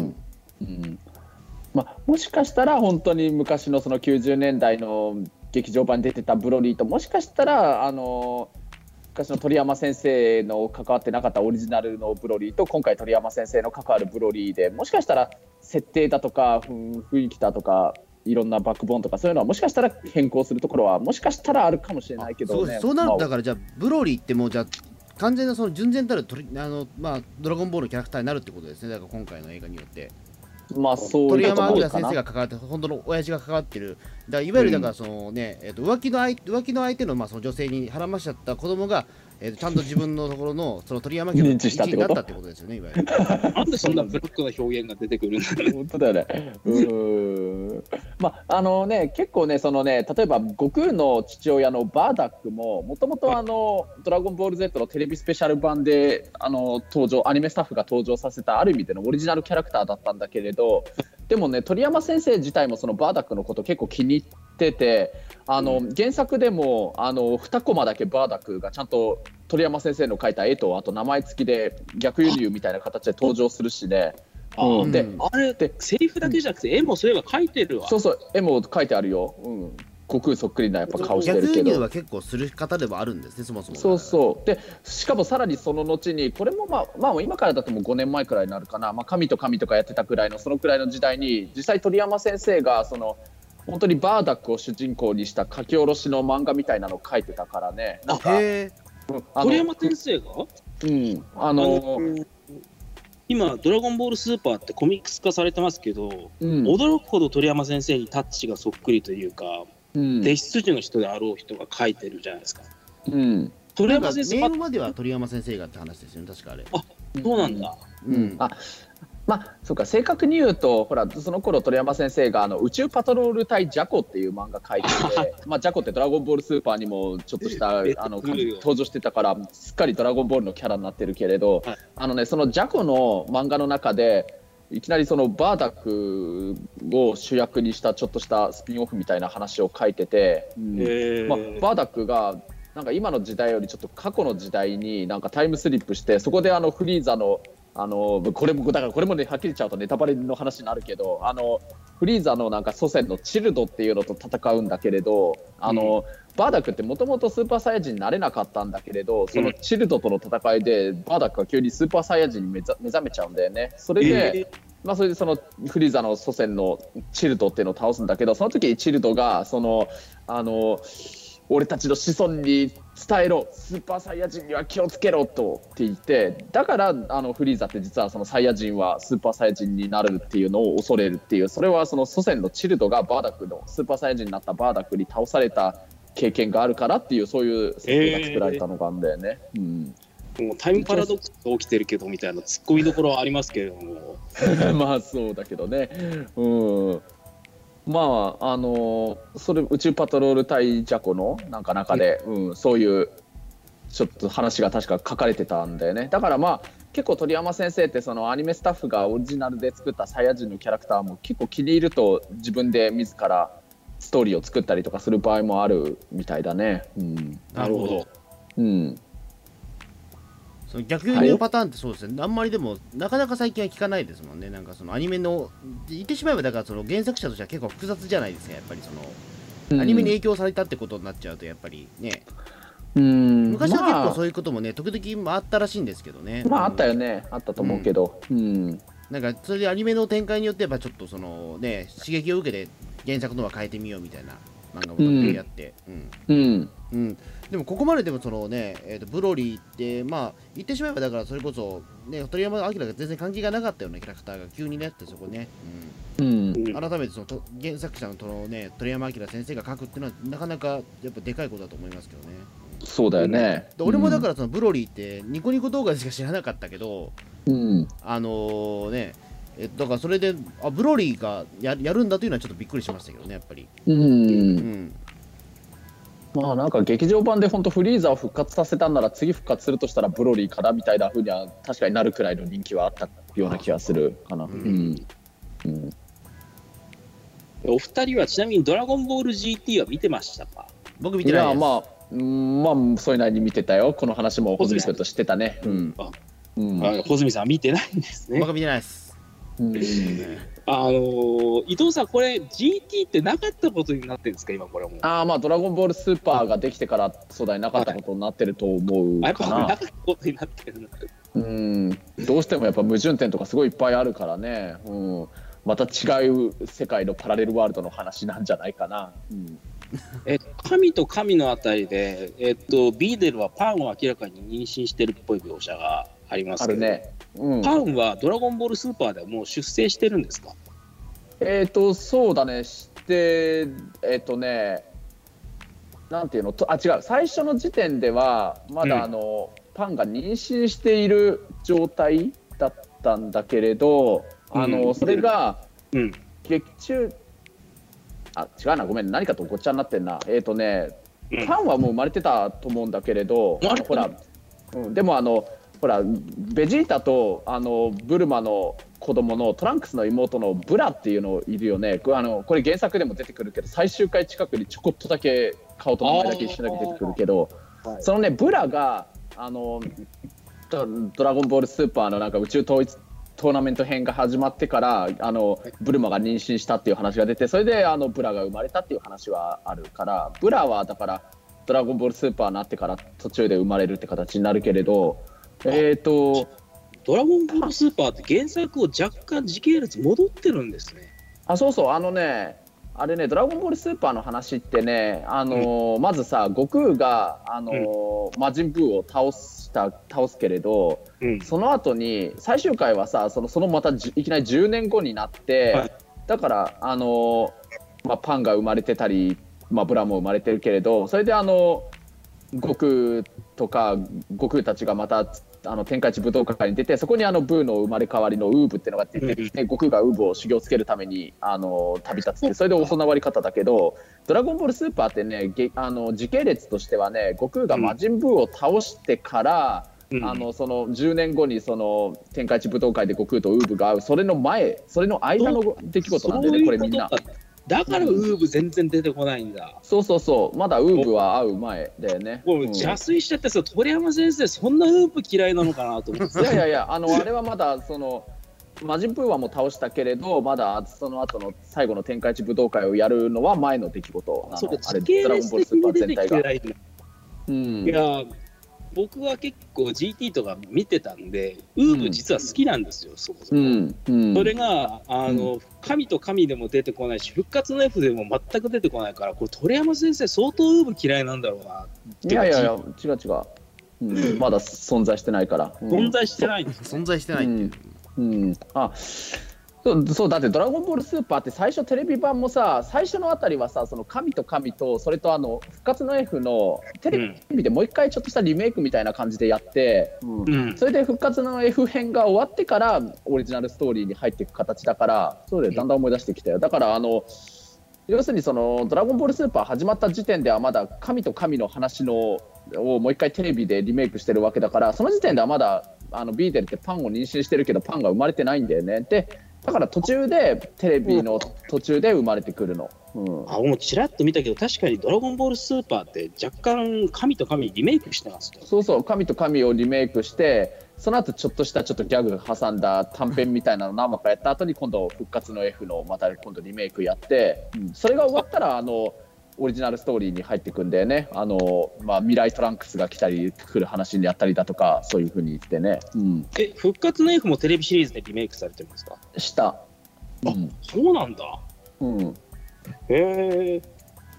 もしかしたら本当に昔のその90年代の劇場版に出てたブロリーと、もしかしたら昔の鳥山先生の関わってなかったオリジナルのブロリーと今回鳥山先生の関わるブロリーで、もしかしたら設定だとか雰囲気だとかいろんなバックボーンとかそういうのはもしかしたら変更するところはもしかしたらあるかもしれないけどね。 そうなるだから、じゃあブロリーってもうじゃあ完全なその純然たるドラゴンボールのキャラクターになるってことですね。だから今回の映画によって。 そう鳥山明先生が関わって、本当の親父が関わってる、だからいわゆるだからそのね、浮気の相手のその女性に腹ましちゃった子供が、ちゃんと自分のところのその鳥山家の一員になったってことですよね、いわゆる。 なんでそんなブロックな表現が出てくるんだろう。 本当だよね。結構ね、そのね、例えば悟空の父親のバーダックももともとドラゴンボール Z のテレビスペシャル版でアニメスタッフが登場させたある意味でのオリジナルキャラクターだったんだけれど、でもね、鳥山先生自体もそのバーダックのこと結構気に入ってて、原作でも2コマだけバーダックがちゃんと鳥山先生の描いた絵とあと名前付きで逆輸入みたいな形で登場するしね。 であれってセリフだけじゃなくて絵もそういえば描いてるわ。 そう絵も描いてあるよ。悟空そっくりなやっぱ顔してるけど、 逆輸入は結構する方ではあるんですね、そもそも。 そうで、しかもさらにその後にこれも今からだともう5年前くらいになるかな、神と神とかやってたくらいのそのくらいの時代に実際鳥山先生がその本当にバーダックを主人公にした書き下ろしの漫画みたいなのを書いてたからね。 鳥山先生が今ドラゴンボールスーパーってコミックス化されてますけど、驚くほど鳥山先生にタッチがそっくりというか、弟子筋の人であろう人が書いてるじゃないですか。 鳥山先生メールまでは鳥山先生がって話ですよね、確かあれ。 そうなんだ。 そうか、正確に言うとほらその頃鳥山先生が宇宙パトロール隊ジャコっていう漫画書いててジャコってドラゴンボールスーパーにもちょっとした登場してたからすっかりドラゴンボールのキャラになってるけれど、そのジャコの漫画の中でいきなりそのバーダックを主役にしたちょっとしたスピンオフみたいな話を書いてて、バーダックがなんか今の時代よりちょっと過去の時代になんかタイムスリップして、そこでフリーザのこれもだからこれもねはっきり言っちゃうとネタバレの話になるけど、フリーザのなんか祖先のチルドっていうのと戦うんだけれど、バーダックってもともとスーパーサイヤ人になれなかったんだけれど、そのチルドとの戦いでバーダックが急にスーパーサイヤ人に目覚めちゃうんだよね。それで、それでそのフリーザの祖先のチルドっていうのを倒すんだけど、その時にチルドが俺たちの子孫に伝えろ、スーパーサイヤ人には気をつけろとって言って、だからフリーザって実はそのサイヤ人はスーパーサイヤ人になるっていうのを恐れるっていう、それはその祖先のチルドがバーダックのスーパーサイヤ人になったバーダックに倒された経験があるからっていう、そういう設定が作られたのがあるんだよね。 もうタイムパラドックスが起きてるけどみたいなツッコミどころはありますけれどもまあそうだけどね。それ宇宙パトロール隊ジャコの中で、そういうちょっと話が確か書かれてたんだよね。だから結構鳥山先生ってそのアニメスタッフがオリジナルで作ったサイヤ人のキャラクターも結構気に入ると自分で自らストーリーを作ったりとかする場合もあるみたいだね。 なるほど。 その逆輸入パターンってそうですね、あんまりでもなかなか最近は聞かないですもんね。なんかそのアニメの言ってしまえばだからその原作者としては結構複雑じゃないですか。やっぱりそのアニメに影響されたってことになっちゃうとやっぱりね、昔は結構そういうこともね時々あったらしいんですけどね。 あったよね、あったと思うけど、 なんかそれでアニメの展開によってはちょっとそのね刺激を受けて原作のは変えてみようみたいな漫画もやって、でもここまででもそのね、ブロリーって言ってしまえばだからそれこそね鳥山明が全然関係がなかったようなキャラクターが急にねってそこね、改めてその原作者のね鳥山明先生が書くっていうのはなかなかやっぱでかいことだと思いますけどね。 そうだよね。 俺もだからそのブロリーってニコニコ動画でしか知らなかったけど、だからそれでブロリーがやるんだというのはちょっとびっくりしましたけどね、やっぱり。 なんか劇場版で本当フリーザを復活させたんなら次復活するとしたらブロリーかなみたいな風には確かになるくらいの人気はあったような気がするかな。 お二人はちなみにドラゴンボール GT は見てましたか？ 僕見てないです。 それなりに見てたよ。この話も穂積君としてたね。 穂積さん見てないんですね。 僕は見てないです。 伊藤さん、これ GT ってなかったことになってるんですか今これも。 ドラゴンボールスーパーができてからそうだね、なかったことになってると思うかな。 なかったことになってるどうしてもやっぱ矛盾点とかすごいいっぱいあるからね、また違う世界のパラレルワールドの話なんじゃないかな。 神と神のあたりで、ビーデルはパンを明らかに妊娠してるっぽい描写がありますけど、パンはドラゴンボールスーパーではもう出生してるんですか？ そうだね、なんていうの違う、最初の時点ではまだパンが妊娠している状態だったんだけれど、それが劇中違うな、ごめん、何かとごっちゃになってんな。パンはもう生まれてたと思うんだけれど、ほら、でもほらベジータとブルマの子供のトランクスの妹のブラっていうのいるよね。これ原作でも出てくるけど、最終回近くにちょこっとだけ顔と名前だけ一緒だけ出てくるけど、そのねブラがドラゴンボールスーパーのなんか宇宙統一トーナメント編が始まってからブルマが妊娠したっていう話が出て、それでブラが生まれたっていう話はあるから、ブラはだからドラゴンボールスーパーになってから途中で生まれるって形になるけれど、 ドラゴンボールスーパーって原作を若干時系列戻ってるんですね。 そうそう、あれね、ドラゴンボールスーパーの話ってね、まずさ、悟空が魔人ブーを倒すけれど、その後に最終回はさ、そのまたいきなり10年後になって、だからパンが生まれてたり、ブラも生まれてるけれど、それで悟空とか悟空たちがまた天下一武道会に出て、そこにブーの生まれ変わりのウーブっていうのが出てきて、悟空がウーブを修行つけるために旅立つって、それで教わり方だけど、ドラゴンボールスーパーってね、時系列としてはね、悟空が魔人ブーを倒してから、その10年後にその天下一武道会で悟空とウーブが会う、それの間の出来事なんでね、これみんな。 だからウーブ全然出てこないんだ。 そうそうそう、まだウーブは会う前だよね。 もう邪推しちゃってさ、鳥山先生そんなウーブ嫌いなのかなと思って。 いやいや、あれはまだその魔人プーはもう倒したけれど、まだその後の最後の天下一武道会をやるのは前の出来事なの。あれドラゴンボールスーパー全体が。 いや僕は結構 GT とか見てたんで、ウーブ実は好きなんですよ、そこそこ。それが神と神でも出てこないし、復活の F でも全く出てこないから、これ鳥山先生相当ウーブ嫌いなんだろうな。 いやいやいや、違う違う、まだ存在してないから、 存在してないんです、 存在してないっていう、 そうだってドラゴンボールスーパーって最初テレビ版もさ、最初のあたりはさ、その神と神とそれと復活の F のテレビでもう一回ちょっとしたリメイクみたいな感じでやって、それで復活の F 編が終わってからオリジナルストーリーに入っていく形だから、そうでだんだん思い出してきたよ。だから要するにそのドラゴンボールスーパー始まった時点ではまだ神と神の話をもう一回テレビでリメイクしてるわけだから、その時点ではまだビーデルってパンを妊娠してるけどパンが生まれてないんだよね。でだから途中でテレビの途中で生まれてくるの。 もうちらっと見たけど、確かにドラゴンボールスーパーって若干神と神リメイクしてますよ。 そうそう、神と神をリメイクして、その後ちょっとしたギャグ挟んだ短編みたいなの何話かやった後に今度復活の F のまた今度リメイクやって、それが終わったらオリジナルストーリーに入ってくんだよね。未来トランクスが来る話にやったりだとか、そういう風に言ってね。 復活の F もテレビシリーズでリメイクされてますか？ した。 そうなんだ。へえ。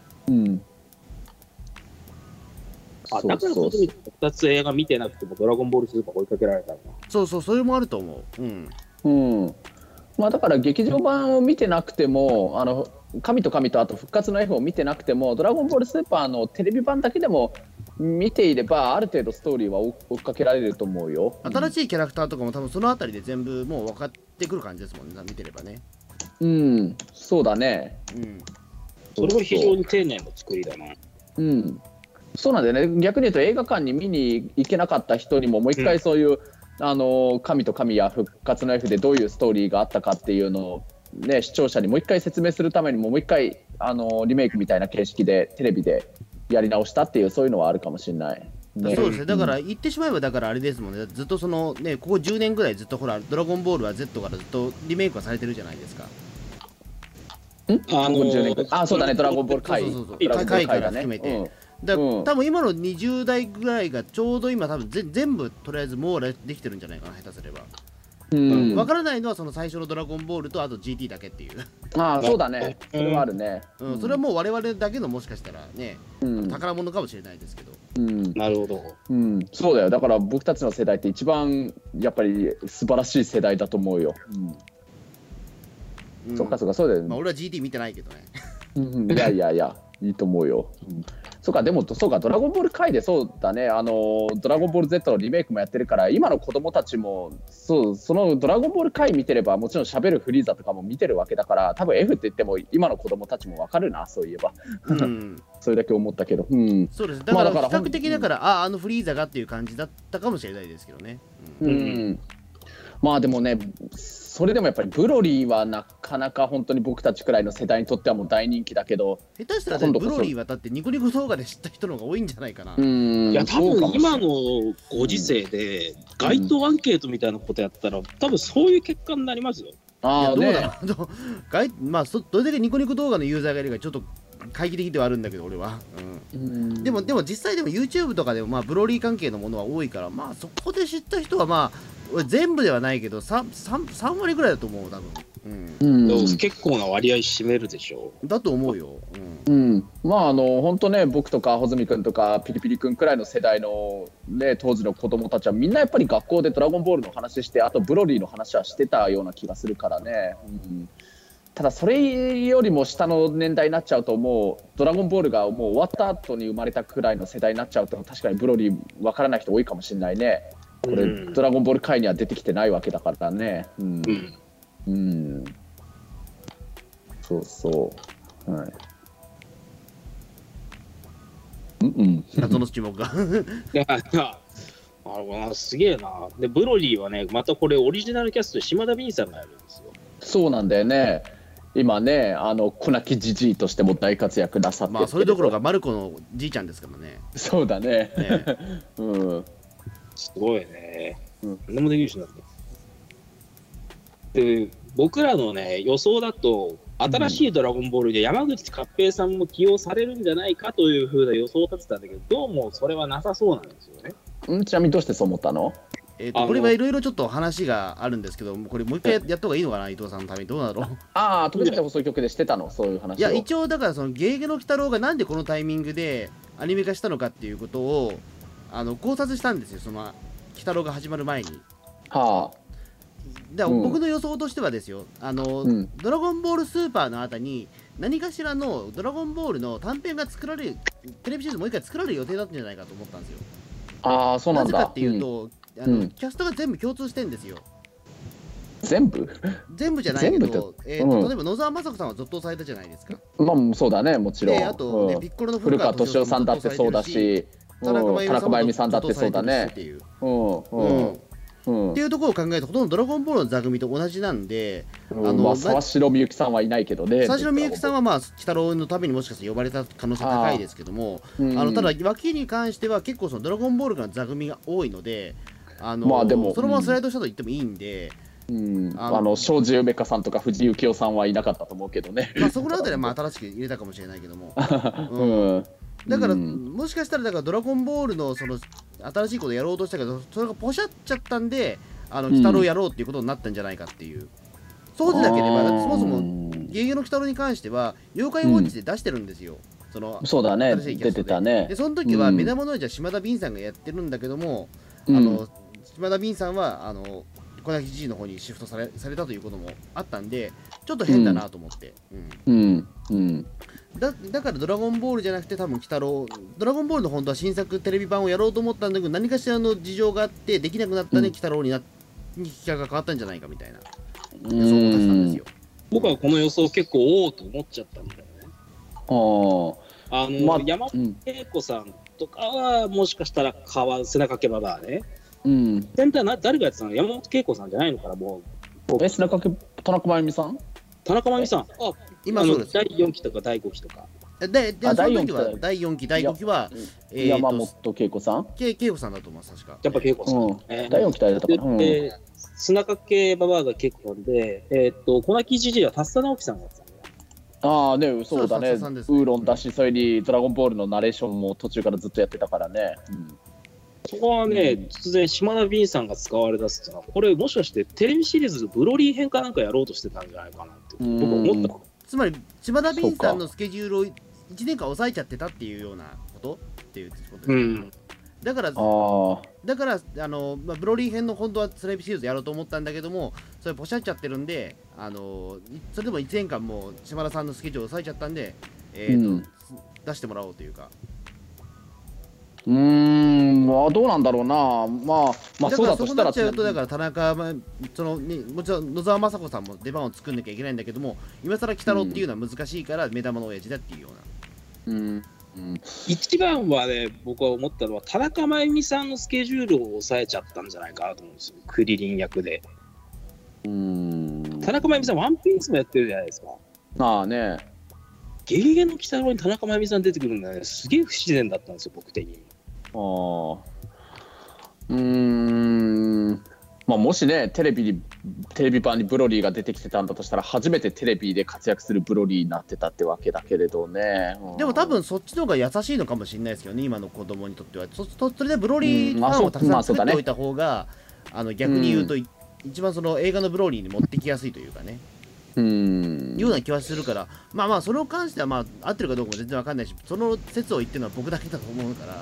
だからこそ2つ映画見てなくてもドラゴンボールスーパー追いかけられたんだ。 そうそう、それもあると思う。 だから劇場版を見てなくても神と神とあと復活の F を見てなくても、ドラゴンボールスーパーのテレビ版だけでも見ていればある程度ストーリーは追っかけられると思うよ。 新しいキャラクターとかも多分そのあたりで全部もう分かってくる感じですもんね、見てればね。 そうだね。 それは非常に丁寧な作りだな。 そうなんだよね。逆に言うと映画館に見に行けなかった人にももう一回そういう、神と神や復活の F でどういうストーリーがあったかっていうのをね、視聴者にもう一回説明するためにももう一回リメイクみたいな形式でテレビでやり直したっていう、そういうのはあるかもしれないね。 そうですね。だから言ってしまえばだからあれですもんね。ずっとここ10年ぐらいずっとほらドラゴンボールは Z からずっとリメイクはされてるじゃないですか。 そうだね、ドラゴンボール回から含めて。多分今の20代ぐらいがちょうど今多分全部とりあえず網羅できてるんじゃないかな、下手すれば。分からないのはその最初のドラゴンボールとあと GT だけっていう。 そうだね、それはあるね。 それはもう我々だけのもしかしたらね、宝物かもしれないですけど。 なるほど。 そうだよ。だから僕たちの世代って一番やっぱり素晴らしい世代だと思うよ。そっかそっか、そうだよね。 俺は GT 見てないけどね。 いやいいと思うよ。そうか、でもそうか、ドラゴンボール界でそうだね、ドラゴンボール Z のリメイクもやってるから、今の子供たちもそのドラゴンボール界見てれば、もちろん喋るフリーザとかも見てるわけだから、多分 F って言っても今の子供たちも分かるな、そういえば。それだけ思ったけど。 そうです。だから比較的だからフリーザがっていう感じだったかもしれないですけどね。 まあでもね、それでもやっぱりブロリーはなかなか本当に僕たちくらいの世代にとってはもう大人気だけど、 下手したらブロリーはだってニコニコ動画で知った人の方が多いんじゃないかな。 いや多分今のご時世で街頭アンケートみたいなことやったら多分そういう結果になりますよ。 どうだろう。まあどれだけニコニコ動画のユーザーがいるかちょっと懐疑的ではあるんだけど俺は。でも実際でも YouTube とかでもブロリー関係のものは多いから、そこで知った人は俺全部ではないけど 3割ぐらいだと思う多分。 結構な割合占めるでしょう。 だと思うよ。 本当ね、僕とか穂積君とかピリピリ君くらいの世代のね、当時の子供たちはみんなやっぱり学校でドラゴンボールの話して、あとブロリーの話はしてたような気がするからね。ただそれよりも下の年代になっちゃうと、もうドラゴンボールがもう終わった後に生まれたくらいの世代になっちゃうと、確かにブロリー分からない人多いかもしれないね。これドラゴンボール界には出てきてないわけだからね。そうそう。 謎の注目が。 すげえな。でブロリーはね、またこれオリジナルキャストで島田美さんがやるんですよ。 そうなんだよね。 今ね子泣きじじいとしても大活躍なさってるけど、 まあそれどころかマルコのじいちゃんですからね。 そうだね。 ねうん。 すごいね。 うん何でもできる人になった。で、僕らのね、予想だと、新しいドラゴンボールで山口勝平さんも起用されるんじゃないかというふうな予想を立てたんだけど、どうもそれはなさそうなんですよね。 ちなみにどうしてそう思ったの？ これはいろいろちょっと話があるんですけど、これもう一回やった方がいいのかな、伊藤さんのために。どうなの？ ああ、飛び出て放送局でしてたの、そういう話を。 いや、一応だからそのゲーゲの鬼太郎がなんでこのタイミングでアニメ化したのかっていうことを考察したんですよ、その鬼太郎が始まる前に。 はあ。 だから僕の予想としてはですよ、ドラゴンボールスーパーの後に何かしらのドラゴンボールの短編が作られる、テレビシリーズもう一回作られる予定だったんじゃないかと思ったんですよ。 ああ、そうなんだ。 なぜかっていうと、キャストが全部共通してんですよ。 全部じゃないけど、例えば野沢雅子さんは続投されたじゃないですか。 まあそうだね、もちろん。 で、あと、ねピッコロの古川敏夫さんだってそうだし、 田中真由美さんだってそうだね。 っていうところを考えると、ほとんどドラゴンボールの座組と同じなんで、 沢城みゆきさんはいないけどね。 沢城みゆきさんはまあ鬼太郎のためにもしかして呼ばれた可能性高いですけども、ただ脇に関しては結構そのドラゴンボールからの座組が多いので、まあでもそのままスライドしたと言ってもいいんで、 庄司梅香さんとか藤井幸雄さんはいなかったと思うけどね。 まあそこのあたりはまあ新しく入れたかもしれないけども、だからもしかしたらだからドラゴンボールのその新しいことやろうとしたけど、それがポシャっちゃったんで鬼太郎やろうっていうことになったんじゃないかっていう。そうでなければ、だってそもそもゲゲゲの鬼太郎に関しては妖怪ウォッチで出してるんですよ。 そうだね、出てたね。 でその時は目玉のじゃ島田敏さんがやってるんだけども、島田敏さんは小泣きじじいの方にシフトされたということもあったんで、ちょっと変だなと思って。だからドラゴンボールじゃなくて多分鬼太郎、ドラゴンボールの本当は新作テレビ版をやろうと思ったんだけど、何かしらの事情があってできなくなったね、鬼太郎に企画が変わったんじゃないかみたいな予想を出したんですよ。 僕はこの予想結構おおと思っちゃったんだよね。山本恵子さんとかはもしかしたら背中けばばね。センター誰がやってたの？山本恵子さんじゃないのかな、もう。 田中真由美さん？ 田中真由美さん。 今そうです。 第4期とか第5期とか。 その時は第4期、第5期は山本恵子さん？ 恵子さんだと思います、確か。 やっぱ恵子さん。 第4期だったかな。 背中系ババアが恵子さんで、小泣きじじいは達佐直樹さんがやってたんだよ。 ああね、そうだね。ウーロンだし、それにドラゴンボールのナレーションも途中からずっとやってたからね。 そこはね、突然島田敏さんが使われ出すっていうのは、これもしかしてテレビシリーズのブロリー編かなんかやろうとしてたんじゃないかなって僕は思った。 つまり島田敏さんのスケジュールを1年間抑えちゃってたっていうようなことっていうことです。だからブロリー編の本当はテレビシリーズやろうと思ったんだけども、それポシャっちゃってるんで、それでも1年間もう島田さんのスケジュールを抑えちゃったんで、出してもらおうというか。 まあどうなんだろうな。まあそうだとしたら、 だからそこになっちゃうと、だから田中もちろん野沢雅子さんも出番を作んなきゃいけないんだけども、今更鬼太郎っていうのは難しいから目玉の親父だっていうような。 一番はね、僕は思ったのは田中真由美さんのスケジュールを抑えちゃったんじゃないかなと思うんですよ、クリリン役で。田中真由美さんワンピースもやってるじゃないですか。ゲゲゲの鬼太郎に田中真由美さん出てくるんだね、すげえ不自然だったんですよ、僕的に。 まあもしね、テレビ版にブロリーが出てきてたんだとしたら、初めてテレビで活躍するブロリーになってたってわけだけれどね。 でも多分そっちの方が優しいのかもしれないですけどね、今の子供にとっては。それでブロリーファンをたくさん作っておいた方が、逆に言うと一番その映画のブロリーに持ってきやすいというかね。ような気はするから、まあそれを関しては合ってるかどうかも全然わかんないし、その説を言ってるのは僕だけだと思うから。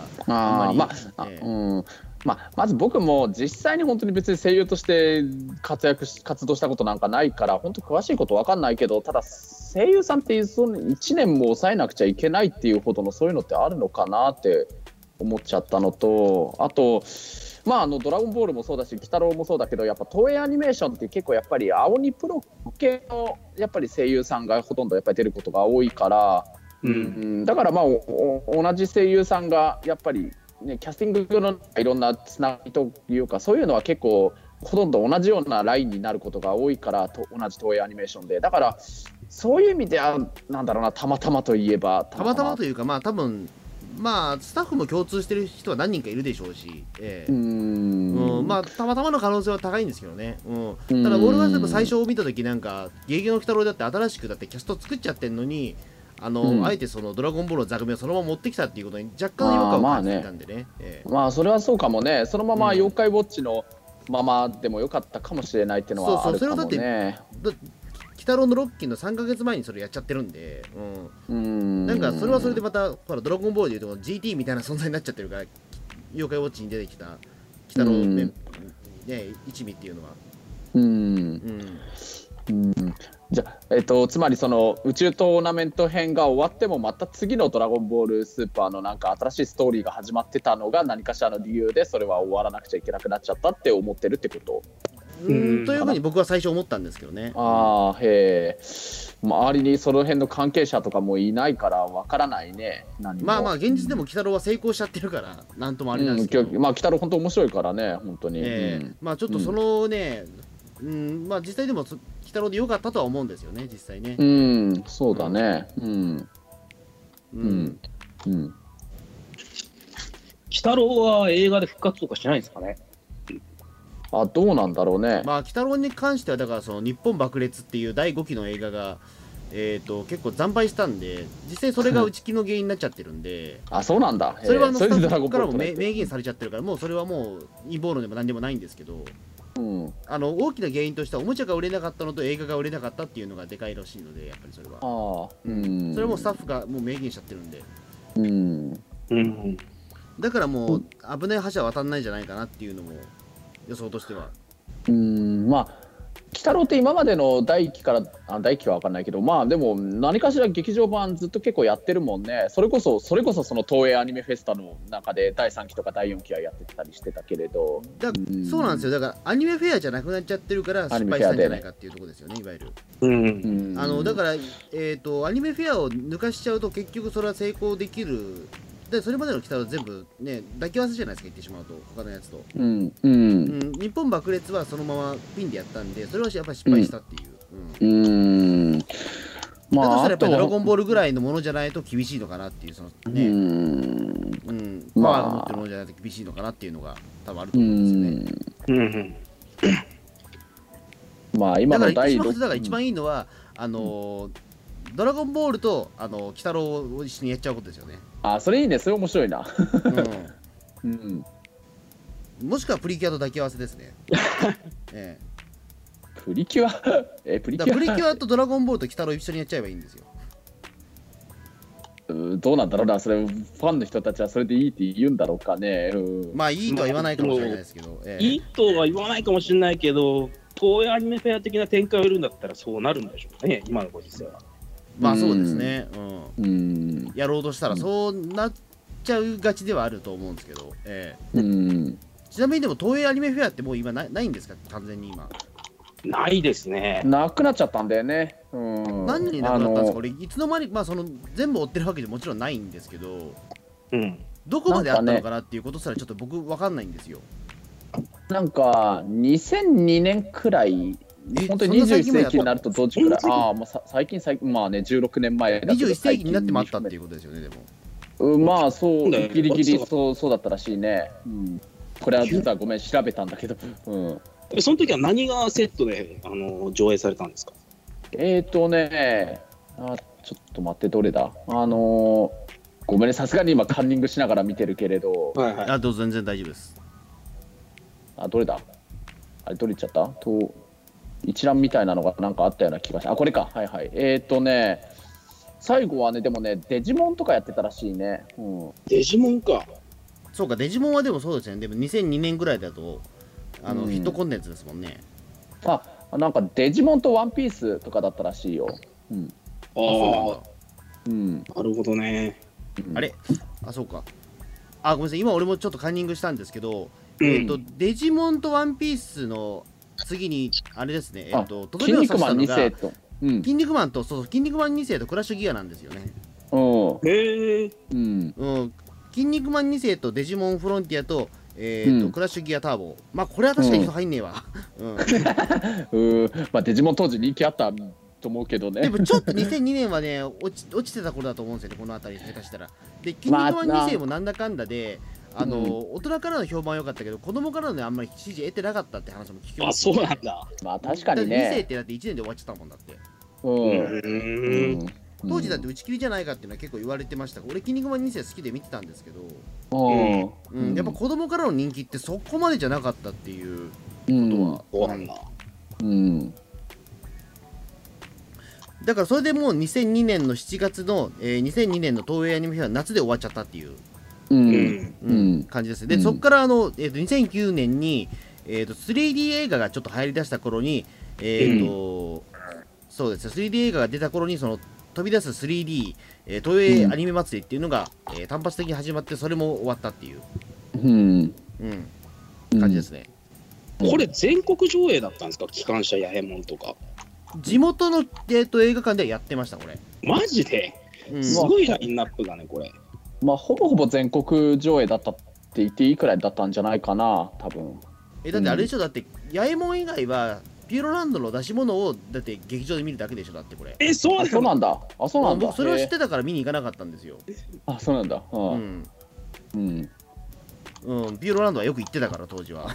まず僕も実際に本当に別に声優として活動したことなんかないから、本当詳しいことわかんないけど、ただ声優さんってその1年も抑えなくちゃいけないっていうほどのそういうのってあるのかなって思っちゃったのと、あとドラゴンボールもそうだし鬼太郎もそうだけど、やっぱ東映アニメーションって結構やっぱり青鬼プロ系のやっぱり声優さんがほとんどやっぱり出ることが多いから、だから同じ声優さんがやっぱりね、キャスティングのいろんなつながりというか、そういうのは結構ほとんど同じようなラインになることが多いから、同じ東映アニメーションで、だからそういう意味ではなんだろうな、たまたまといえばたまたまというか、まあ多分まあスタッフも共通してる人は何人かいるでしょうし、まあたまたまの可能性は高いんですけどね、ただ俺は最初見た時なんか「ゲゲゲの鬼太郎」だって新しくだってキャスト作っちゃってんのにあえてそのドラゴンボールの座組をそのまま持ってきたっていうことに若干違和感を感じていたんでね。 まあそれはそうかもね。そのまま妖怪ウォッチのままでもよかったかもしれないっていうのはあるかもね。 そうそれはだって鬼太郎の6期の3ヶ月前にそれやっちゃってるんで、なんかそれはそれでまたほらドラゴンボールでいうと GT みたいな存在になっちゃってるから妖怪ウォッチに出てきた鬼太郎一味っていうのは。 じゃあ、つまりその宇宙トーナメント編が終わってもまた次の「ドラゴンボールスーパー」のなんか新しいストーリーが始まってたのが何かしらの理由でそれは終わらなくちゃいけなくなっちゃったって思ってるってこと？ というふうに僕は最初思ったんですけどね。 へえ。周りにその辺の関係者とかもいないからわからないね。 まあ現実でも鬼太郎は成功しちゃってるからなんともありなんですけど、 鬼太郎本当面白いからね本当に。 まあちょっとそのね、まあ実際でも鬼太郎で良かったとは思うんですよね実際ね。 そうだね。 鬼太郎は映画で復活とかしないんですかね。 どうなんだろうね。 まあ鬼太郎に関してはだからその日本爆裂っていう第5期の映画が結構惨敗したんで実際それが打ち切りの原因になっちゃってるんでそうなんだ。 それはスタッフからも明言されちゃってるからもうそれはもう陰謀論でも何でもないんですけど、大きな原因としてはおもちゃが売れなかったのと映画が売れなかったっていうのがでかいらしいのでやっぱりそれはそれはもうスタッフがもう明言しちゃってるんで、だからもう危ない橋は渡んないんじゃないかなっていうのも予想としては。 まあ鬼太郎って今までの第1期から第1期は分かんないけどまあでも何かしら劇場版ずっと結構やってるもんね。それこそその東映アニメフェスタの中で第3期とか第4期はやってたりしてたけれどそうなんですよ。だからアニメフェアじゃなくなっちゃってるから失敗したんじゃないかっていうところですよねいわゆる。だからアニメフェアを抜かしちゃうと結局それは成功できる。でそれまでの鬼太郎全部ね抱き合わせじゃないですか言ってしまうと他のやつと、日本爆裂はそのままピンでやったんでそれはやっぱり失敗したっていう、だとしたらやっぱりドラゴンボールぐらいのものじゃないと厳しいのかなっていうそのねパワーが持ってるものじゃないと厳しいのかなっていうのが多分あると思うんですよね。 今のだから一番いいのはドラゴンボールと鬼太郎を一緒にやっちゃうことですよね。 それいいね。それ面白いな。 もしくはプリキュアと抱き合わせですね。 プリキュアプリキュアとドラゴンボールと鬼太郎一緒にやっちゃえばいいんですよ。 どうなんだろうな。それファンの人たちはそれでいいって言うんだろうかね。 まあいいとは言わないかもしれないですけど、 いいとは言わないかもしれないけど東映アニメフェア的な展開をやるんだったらそうなるんでしょうね今のご時世は。 まあそうですね、やろうとしたらそうなっちゃうがちではあると思うんですけど、ちなみにでも東映アニメフェアってもう今ないんですか完全に今。 ないですね。 なくなっちゃったんだよね。 何になくなったんですかこれいつの間にその全部追ってるわけじゃもちろんないんですけど、どこまであったのかなっていうことすらちょっと僕分かんないんですよ。 なんか2002年くらい本当に21世紀になると同時くらい最近まあね16年前だけど 21世紀になってもあったっていうことですよねでも。 まあそうギリギリそうだったらしいね。これは実はごめん調べたんだけど。 その時は何がセットで上映されたんですか？ ちょっと待ってどれだごめんねさすがに今カンニングしながら見てるけれど。 どうぞ全然大丈夫です。 どれだどれいっちゃった一覧みたいなのがなんかあったような気がした。これか。最後はねでもねデジモンとかやってたらしいね。 デジモンか。 そうかデジモンはでもそうですよね。でも2002年ぐらいだとヒットコンテンツですもんね。 なんかデジモンとワンピースとかだったらしいよ。 なるほどね。 あれそうか。ごめんなさい今俺もちょっとカンニングしたんですけど、デジモンとワンピースの次にあれですね筋肉マン2世と筋肉マンと筋肉マン2世とクラッシュギアなんですよね。 へえ。 筋肉マン2世とデジモンフロンティアとクラッシュギアターボ。これは確かに人入んねえわ。 デジモン当時人気あったと思うけどね。 でもちょっと2002年はね落ちてた頃だと思うんですよね、この辺り下手したら。で筋肉マン2世もなんだかんだで、大人からの評判は良かったけど子供からのねあんまり支持得てなかったって話も聞きます。 あ、そうなんだ。 まあ確かにだって2世ね。 ってだって1年で終わっちゃったもんだって。当時だって打ち切りじゃないかっていうのは結構言われてました。俺筋肉マン2世好きで見てたんですけど、やっぱ子供からの人気ってそこまでじゃなかったっていうことは、 そうなんだ。 だからそれでもう2002年の7月の、2002年の東映アニメフェア夏で終わっちゃったっていう、感じですね。で、そこから2009年に、3D 映画がちょっと流行りだした頃に、そうですね、3D 映画が出た頃にその飛び出す 3D、東映アニメ祭りっていうのが、単発的に始まってそれも終わったっていう、感じですね。 これ全国上映だったんですか？機関車やえもんとか。 地元の、映画館ではやってましたこれ。 マジで、すごいラインナップだねこれ。 まあほぼほぼ全国上映だったって言っていいくらいだったんじゃないかな多分。 だってあれでしょ、だって八重門以外はピューロランドの出し物をだって劇場で見るだけでしょ、だってこれ。 そうなんだ。そうなんだ。 僕それを知ってたから見に行かなかったんですよ。 あ、そうなんだ。 ピューロランドはよく行ってたから当時は。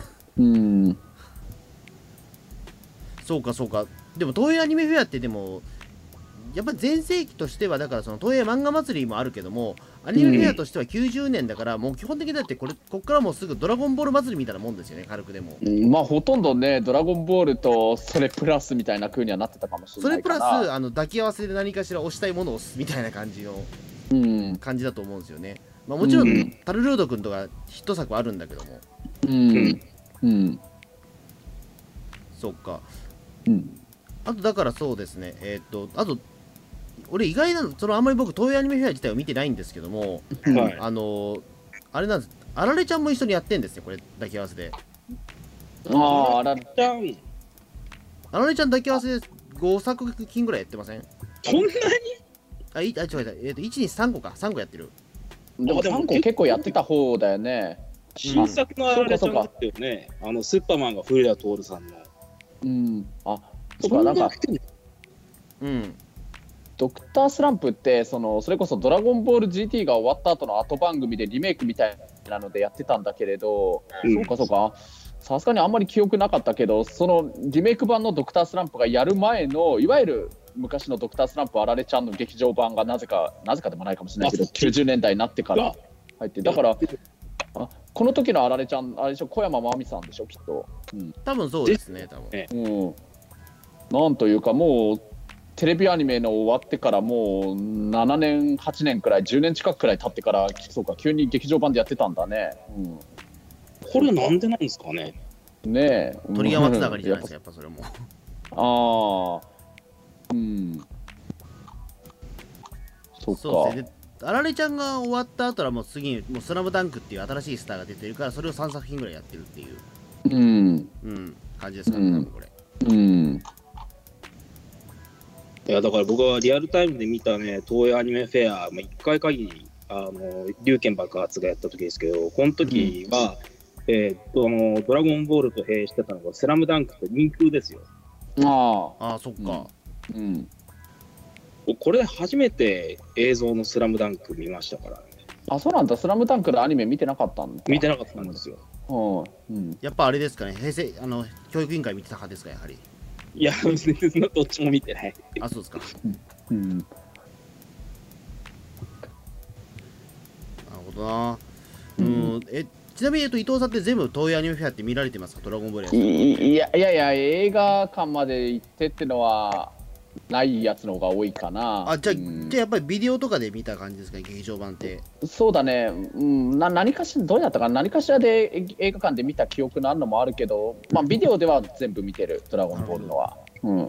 そうかそうか。でも東映アニメフェアってでもやっぱり全盛期としてはだからその東映漫画祭りもあるけどもアニメフェアとしては90年だからもう基本的にだってこっからもうすぐドラゴンボール祭りみたいなもんですよね、軽くでも。 まあほとんどねドラゴンボールとそれプラスみたいな風にはなってたかもしれないかな。 それプラス抱き合わせで何かしら推したいものを押すみたいな感じの感じだと思うんですよね。まあもちろんタルルード君とかヒット作はあるんだけども。そうか。あとだからそうですね、あと俺意外なの、あんまり僕東映アニメフェア自体を見てないんですけども、あれなんです、あられちゃんも一緒にやってんですよこれ抱き合わせで。 あられちゃん抱き合わせで5作品ぐらいやってません？ そんなに？ 違う1、2、3個か、3個やってる。 でも3個結構やってた方だよね。 新作のあられちゃんだったよね。スーパーマンが古谷徹さんの。 そうか、なんかドクタースランプってそれこそドラゴンボール GT が終わった後の後番組でリメイクみたいなのでやってたんだけれど、そうかさすがにあんまり記憶なかったけど、そのリメイク版のドクタースランプがやる前のいわゆる昔のドクタースランプあられちゃんの劇場版がなぜかでもないかもしれないけど90年代になってから入って、だからこの時のあられちゃんあれでしょ、小山真美さんでしょきっと。 多分そうですね、多分。 なんというかもうテレビアニメの終わってからもう7年8年くらい10年近くくらい経ってからそうか急に劇場版でやってたんだね。 これなんでなんですかね。 ねえ、 鳥山つながりじゃないですかやっぱそれも。そうですね。あられちゃんが終わった後はもう次にもうスラムダンクっていう新しいスターが出てるからそれを3作品ぐらいやってるっていう感じですかね、多分これ。 いやだから僕はリアルタイムで見たね東映アニメフェア、1回限り龍拳爆発がやった時ですけど、この時は、ドラゴンボールと併してたのがスラムダンクと人空ですよ。 そっか。 これ初めて映像のスラムダンク見ましたからね。 そうなんだ。スラムダンクのアニメ見てなかったんだ。 見てなかったんですよ。 やっぱあれですかね、平成教育委員会見てた派ですか、やはり。 いやどっちも見てない。 そうですか。なるほどな。ちなみに伊藤さんって全部東映アニメフェアって見られてますか、ドラゴンボールやつ。 いや映画館まで行ってってのはないやつの方が多いかな。 じゃあやっぱりビデオとかで見た感じですか、劇場版って。 そうだね。何かしらどうやったかな、何かしらで映画館で見た記憶のあるのもあるけど、ビデオでは全部見てる、ドラゴンボールのは。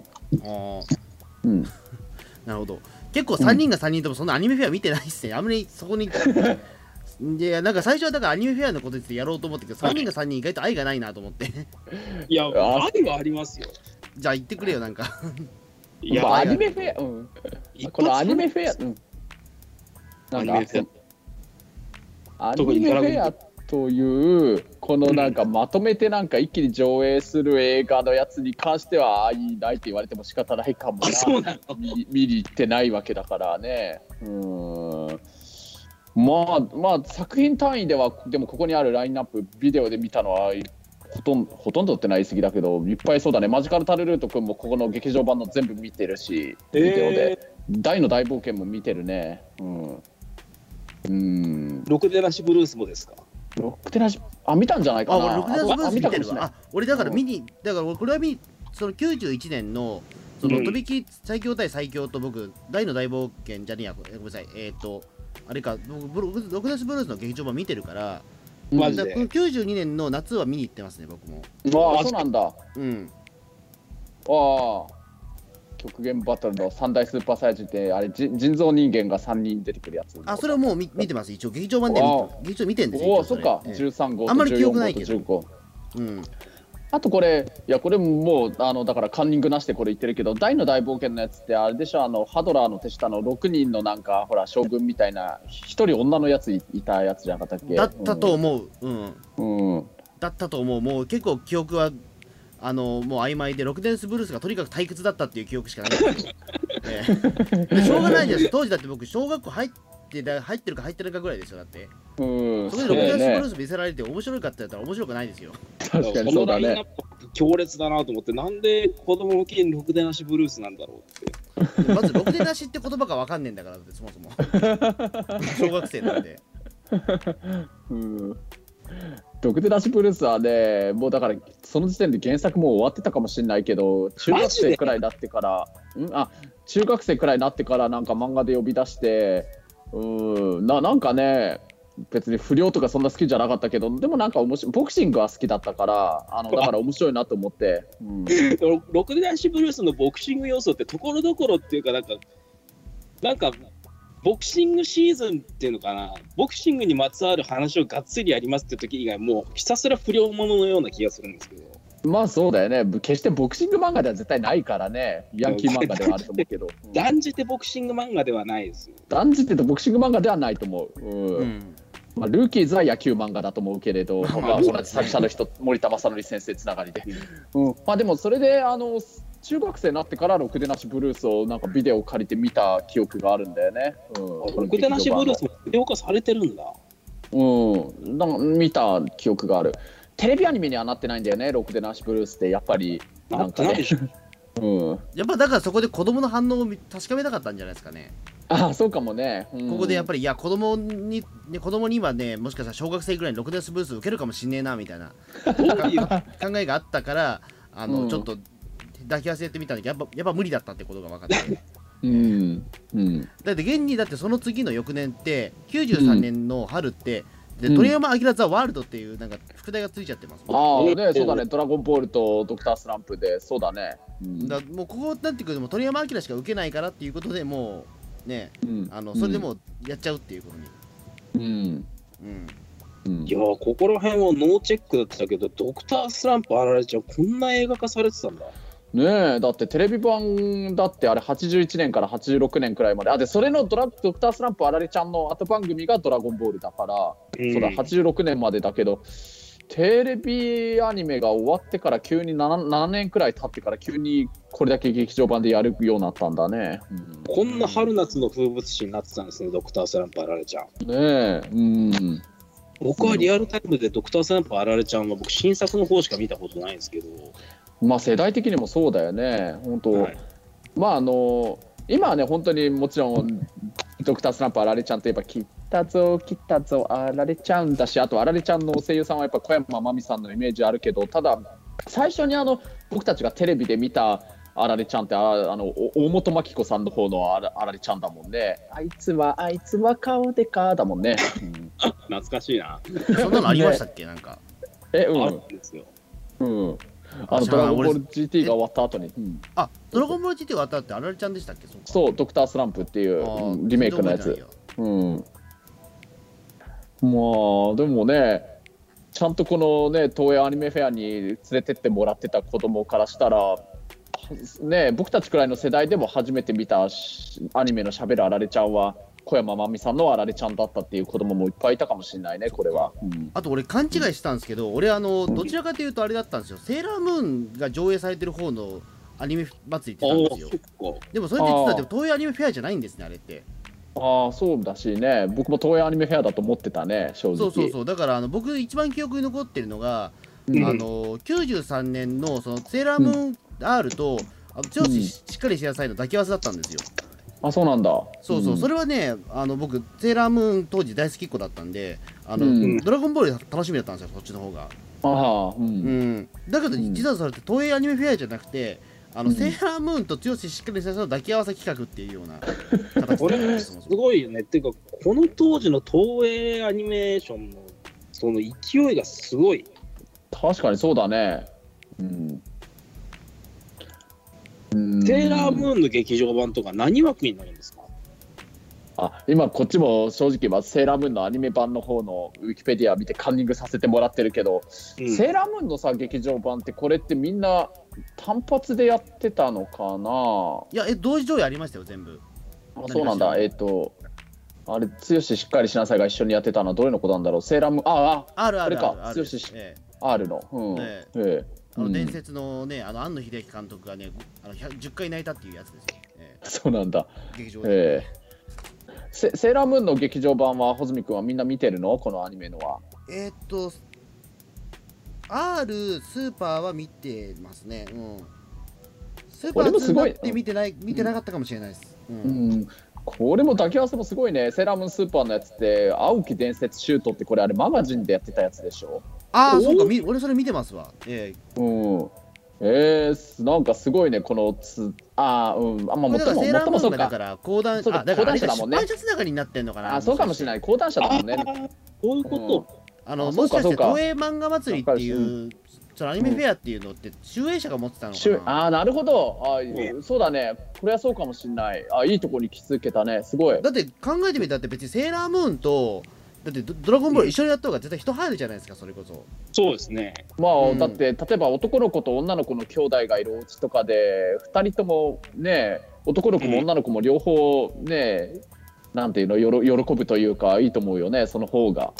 なるほど。結構3人が3人ともそんなアニメフェア見てないっすね。あんまりそこにいやなんか最初はだからアニメフェアのことでやろうと思ったけど3人が3人意外と愛がないなと思って。 いや愛はありますよ。 じゃあ言ってくれよなんか。 いやアニメフェア、このアニメフェア、アニメフェアというこのなんかまとめてなんか一気に上映する映画のやつに関しては、ああいいないって言われても仕方ないかもな。 そうなの。 見に行ってないわけだからね。まあ作品単位ではでもここにあるラインナップビデオで見たのはほとんどってない言い過ぎだけどいっぱいそうだね。マジカルタルルート君もここの劇場版の全部見てるし、ビデオで大の大冒険も見てるね。 ろくでなしブルースもですか？ ろくでなし見たんじゃないかな。 俺ろくでなしブルース見てるわ。俺だから見だからこれはその91年のそのとびき最強対最強と僕大の大冒険じゃねえやごめんなさいあれか僕ろくでなしブルースの劇場版見てるからマジで。 この92年の夏は見に行ってますね僕も。 そうなんだ。極限バトルの三大スーパーサイヤ人ってあれ人造人間が3人出てくるやつ。 それはもう見てます。一応劇場版で劇場見てるんですよ。 そっか。13号とあんまり記憶ないけ 14号ど。 と15。あとこれもうだからカンニングなしでこれ言ってるけど、大の大冒険のやつってあれでしょ、ハドラーの手下の6人のなんかほら将軍みたいな1人女のやついたやつじゃなかったっけ？ だったと思う。だったと思う。もう結構記憶はもう曖昧でロクデンスブルースがとにかく退屈だったっていう記憶しかないんですよ。しょうがないです。当時だって僕小学校入ってるか入ってないかぐらいですよ。だってそこでロクデンスブルース見せられて面白いかって言ったら面白くないですよ。 確かにそうだね。 強烈だなと思って、なんで子供向けにろくでなしブルースなんだろうって。 まずろくでなしって言葉が分かんねえんだからってそもそも小学生なんで。 ろくでなしブルースはね、もうだからその時点で原作もう終わってたかもしれないけど、中学生くらいになってから中学生くらいになってからなんか漫画で呼び出してなんかね、別に不良とかそんな好きじゃなかったけど、でもなんかボクシングは好きだったからだから面白いなと思って。 ろくでなしブルースのボクシング要素ってところどころっていうかなんかボクシングシーズンっていうのかな、ボクシングにまつわる話をがっつりやりますって時以外もうひたすら不良もののような気がするんですけど。 まあそうだよね。決してボクシング漫画では絶対ないからね。ヤンキー漫画ではあると思うけど。 断じてボクシング漫画ではないです。 断じてボクシング漫画ではないと思う。ルーキーズは野球漫画だと思うけれど、同じ作者の人森田正則先生つながりで。でもそれで中学生になってからろくでなしブルースをなんかビデオを借りて見た記憶があるんだよね。 ろくでなしブルースもビデオ化されてるんだ。 なんか見た記憶がある。テレビアニメにはなってないんだよね、ろくでなしブルースってやっぱりなんかね。 やっぱだからそこで子供の反応を確かめたかったんじゃないですかね。 そうかもね。 ここでやっぱり子供に今ね、もしかしたら小学生ぐらいにろくでなしブルース受けるかもしんねえなみたいな考えがあったからちょっと抱き合わせてみたんだけどやっぱ無理だったってことが分かって。だって現にだってその次の翌年って93年の春って鳥山明ザ・ワールドっていうなんか副題がついちゃってます。 そうだね。ドラゴンボールとドクタースランプでそうだね。 もうここなんていうか鳥山明しか受けないからっていうことでもうね、それでもうやっちゃうっていうことに。 いやここら辺はノーチェックだったけど、ドクタースランプあられちゃうこんな映画化されてたんだね。だってテレビ版だってあれ81年から86年くらいまででそれのドクタースランプあられちゃんの後番組がドラゴンボールだから、そうだ86年までだけど、テレビアニメが終わってから急に 7年くらい経ってから急にこれだけ劇場版でやるようになったんだね。 こんな春夏の風物詩になってたんですね、ドクタースランプあられちゃんね。 僕はリアルタイムでドクタースランプあられちゃんは僕新作の方しか見たことないんですけど、 世代的にもそうだよね本当。今はね本当にもちろんドクタースランプあられちゃんといえば切ったぞあられちゃんだし、あとあられちゃんの声優さんはやっぱ小山真美さんのイメージあるけど、ただ最初に僕たちがテレビで見たあられちゃんって大本真紀子さんの方のあられちゃんだもんね。あいつは顔でかだもんね。 懐かしいな。 そんなのありましたっけ？なんかあるんですよ。 ドラゴンボール GT が終わった後に。 ドラゴンボール GT 終わったってあられちゃんでしたっけ？ そう、ドクタースランプっていうリメイクのやつ。でもね、ちゃんとこのね東映アニメフェアに連れてってもらってた子供からしたらね、僕たちくらいの世代でも初めて見たアニメのしゃべるあられちゃんは小山真美さんのあられちゃんだったっていう子供もいっぱいいたかもしれないね、これは。 あと俺勘違いしたんですけど、俺どちらかというとあれだったんですよ、セーラームーンが上映されてる方のアニメ祭り行ってたんですよ。でもそれって実は東映アニメフェアじゃないんですね、あれって。 ああ、そうだしね、僕も東映アニメフェアだと思ってたね、正直。 そうだから僕一番記憶に残ってるのが、93年のそのセーラームーン R と剛しっかりしなさいの抱き合わせだったんですよ。 あ、そうなんだ。 それはね、僕セーラームーン当時大好きっ子だったんで、ドラゴンボール楽しみだったんですよ、そっちの方が。だけど実はそれって東映アニメフェアじゃなくて、セーラームーンと剛しっかりしなさいの抱き合わせ企画っていうような形これすごいよね。っていうか、この当時の東映アニメーションのその勢いがすごい。 確かにそうだね。 セーラームーンの劇場版とか何枠になるんですか？ 今こっちも正直はセーラームーンのアニメ版の方のウィキペディア見てカンニングさせてもらってるけど、セーラームーンのさ劇場版ってこれってみんな単発でやってたのかな？ いや同時上映ありましたよ全部。 そうなんだ。あれ剛しっかりしなさいが一緒にやってたのはどれの子なんだろう。セーラームーンこれか剛しR の伝説のね庵野秀明監督がね10回泣いたっていうやつですよ。 そうなんだ。 劇場で。 セーラームーンの劇場版は穂積君はみんな見てるの？このアニメのは。 R スーパーは見てますね。スーパーもすごいって見てなかったかもしれないです。 これも抱き合わせもすごいね。セーラームーンスーパーのやつって青木伝説シュートってこれあれマガジンでやってたやつでしょ。 そうか、俺それ見てますわ。 なんかすごいね、この最もそうか。だから講談社だもんね。 出版社つながりになってんのかな。 そうかもしれない。講談社だもんね。 そういうこと。 もしかして東映漫画祭りっていうそのアニメフェアっていうのって集英社が持ってたのかな。 なるほど。そうだね。これはそうかもしれない。いいところに気づけたね。すごい。 だって考えてみたって別にセーラームーンとだってドラゴンボール一緒にやった方が絶対人入るじゃないですか、それこそ。 そうですね。 だって例えば男の子と女の子の兄弟がいるお家とかで2人ともね、男の子も女の子も両方ね、なんていうの喜ぶというかいいと思うよね、その方が。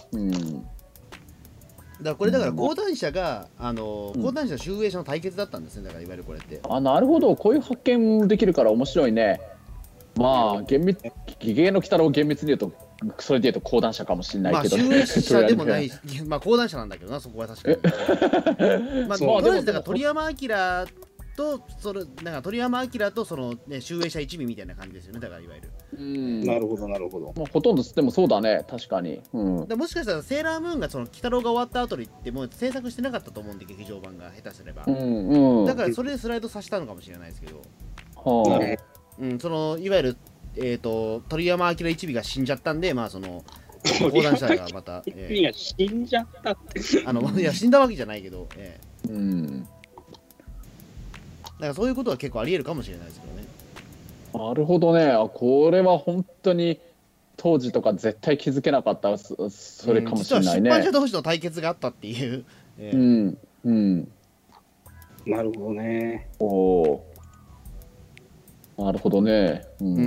だから講談社が講談社集英社の対決だったんですね。だからいわゆるこれって。 なるほど。こういう発見できるから面白いね。厳密義芸の鬼太郎を厳密に言うとそれで言うと講談社かもしれないけど、 集英社でもない講談社なんだけどな、そこは確かに。とりあえずだから鳥山明と鳥山明とそのね集英社一味みたいな感じですよね。だからいわゆる。 なるほどなるほど。 ほとんどでもそうだね、確かに。 もしかしたらセーラームーンがその鬼太郎が終わった後にってもう制作してなかったと思うんで、劇場版が下手すれば。だからそれでスライドさせたのかもしれないですけど。そのいわゆる鳥山明一味が死んじゃったんで、その講談社がまた一味が死んじゃったっていや死んだわけじゃないけど、だからそういうことは結構ありえるかもしれないですけどね。 なるほどね。これは本当に当時とか絶対気づけなかったそれかもしれないね。 出版社同士の対決があったっていう。 なるほどね。 なるほどね。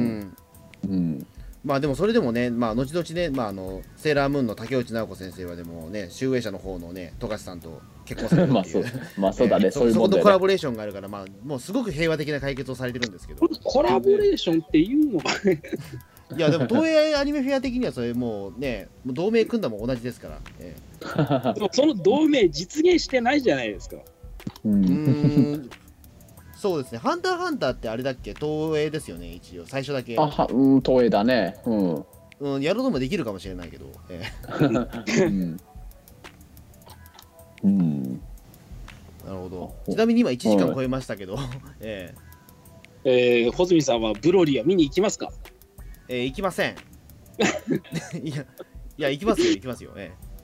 でもそれでもね、後々ね、セーラームーンの竹内直子先生はでもね、集英社の方のね、富樫さんと結婚されるっていうそうだね、そういうそことコラボレーションがあるから、もうすごく平和的な解決をされてるんですけど。 コラボレーションっていうのがいやでも東映アニメフェア的にはそれもうね、同盟組んだも同じですから。 でもその同盟実現してないじゃないですか。 そうですね。ハンターハンターってあれだっけ、東映ですよね、一応最初だけ。 東映だね。 やろうともできるかもしれないけど。なるほど。ちなみに今1時間超えましたけど。 穂積さんはブロリーは見に行きますか？ 行きません。いや行きますよ。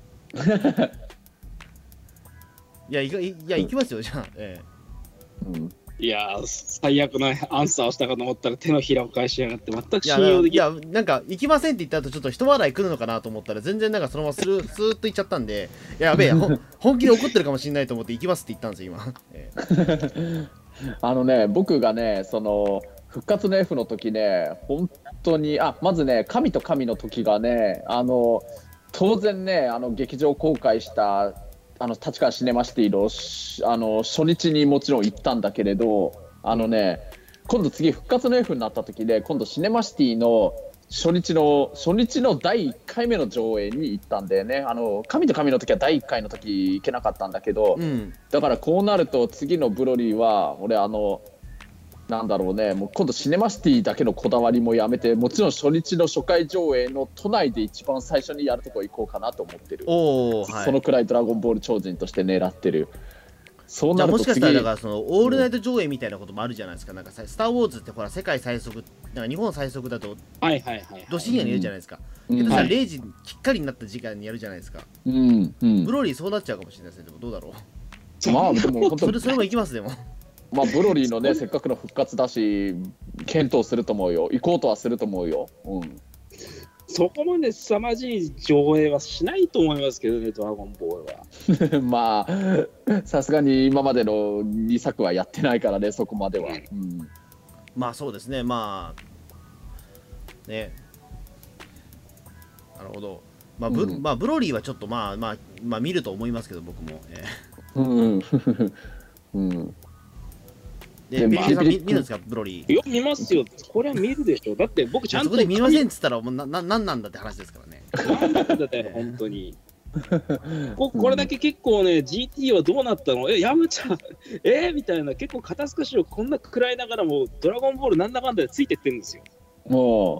いや行きますよじゃあ。 いや最悪なアンサーをしたかと思ったら手のひらを返しやがって全く信用できない。 なんか行きませんって言った後ちょっと人笑い来るのかなと思ったら全然なんかそのままスーッと言っちゃったんで、やべえ本気で怒ってるかもしれないと思って行きますって言ったんですよ今。 僕がねその復活の F の時ね、本当に、まずね、神と神の時がね、当然ね、劇場公開した立川シネマシティの初日にもちろん行ったんだけれど、今度次復活の F になった時で、今度シネマシティの初日の第1回目の上映に行ったんだよね。神と神の時は第1回の時行けなかったんだけど、だからこうなると次のブロリーは俺なんだろうね、もう今度シネマシティだけのこだわりもやめて、もちろん初日の初回上映の都内で一番最初にやるとこ行こうかなと思ってる。そのくらいドラゴンボール超人として狙ってる。そうなると次、 もしかしたらだからそのオールナイト上映みたいなこともあるじゃないですか。なんかスター・ウォーズってほら世界最速、なんか日本最速だとど深夜にやるじゃないですか。0時きっかりになった時間にやるじゃないですか。ブロリーそうなっちゃうかもしれないですね。でもどうだろう。 まあでも本当それも行きますでも。 まあブロリーのね、せっかくの復活だし検討すると思うよ。行こうとはすると思うよ。 そこまで凄まじい上映はしないと思いますけどね、ドラゴンボールは。 まあさすがに今までの2作はやってないからね、そこまでは。 まあそうですね、まあね、なるほど。まあブロリーはちょっとまあ見ると思いますけど、僕も。で、ピリピさん見るんですか、ブロリー。 いや、見ますよ。これは見るでしょ。だって僕ちゃんと。 そこで見ませんっつったら、もうなんなんだって話ですからね。 なんだって本当に。これだけ結構ね、GT はどうなったの、山ちゃん、みたいな、結構肩透かしをこんな食らいながらも、ドラゴンボールなんだかんだでついてってるんですよ。こ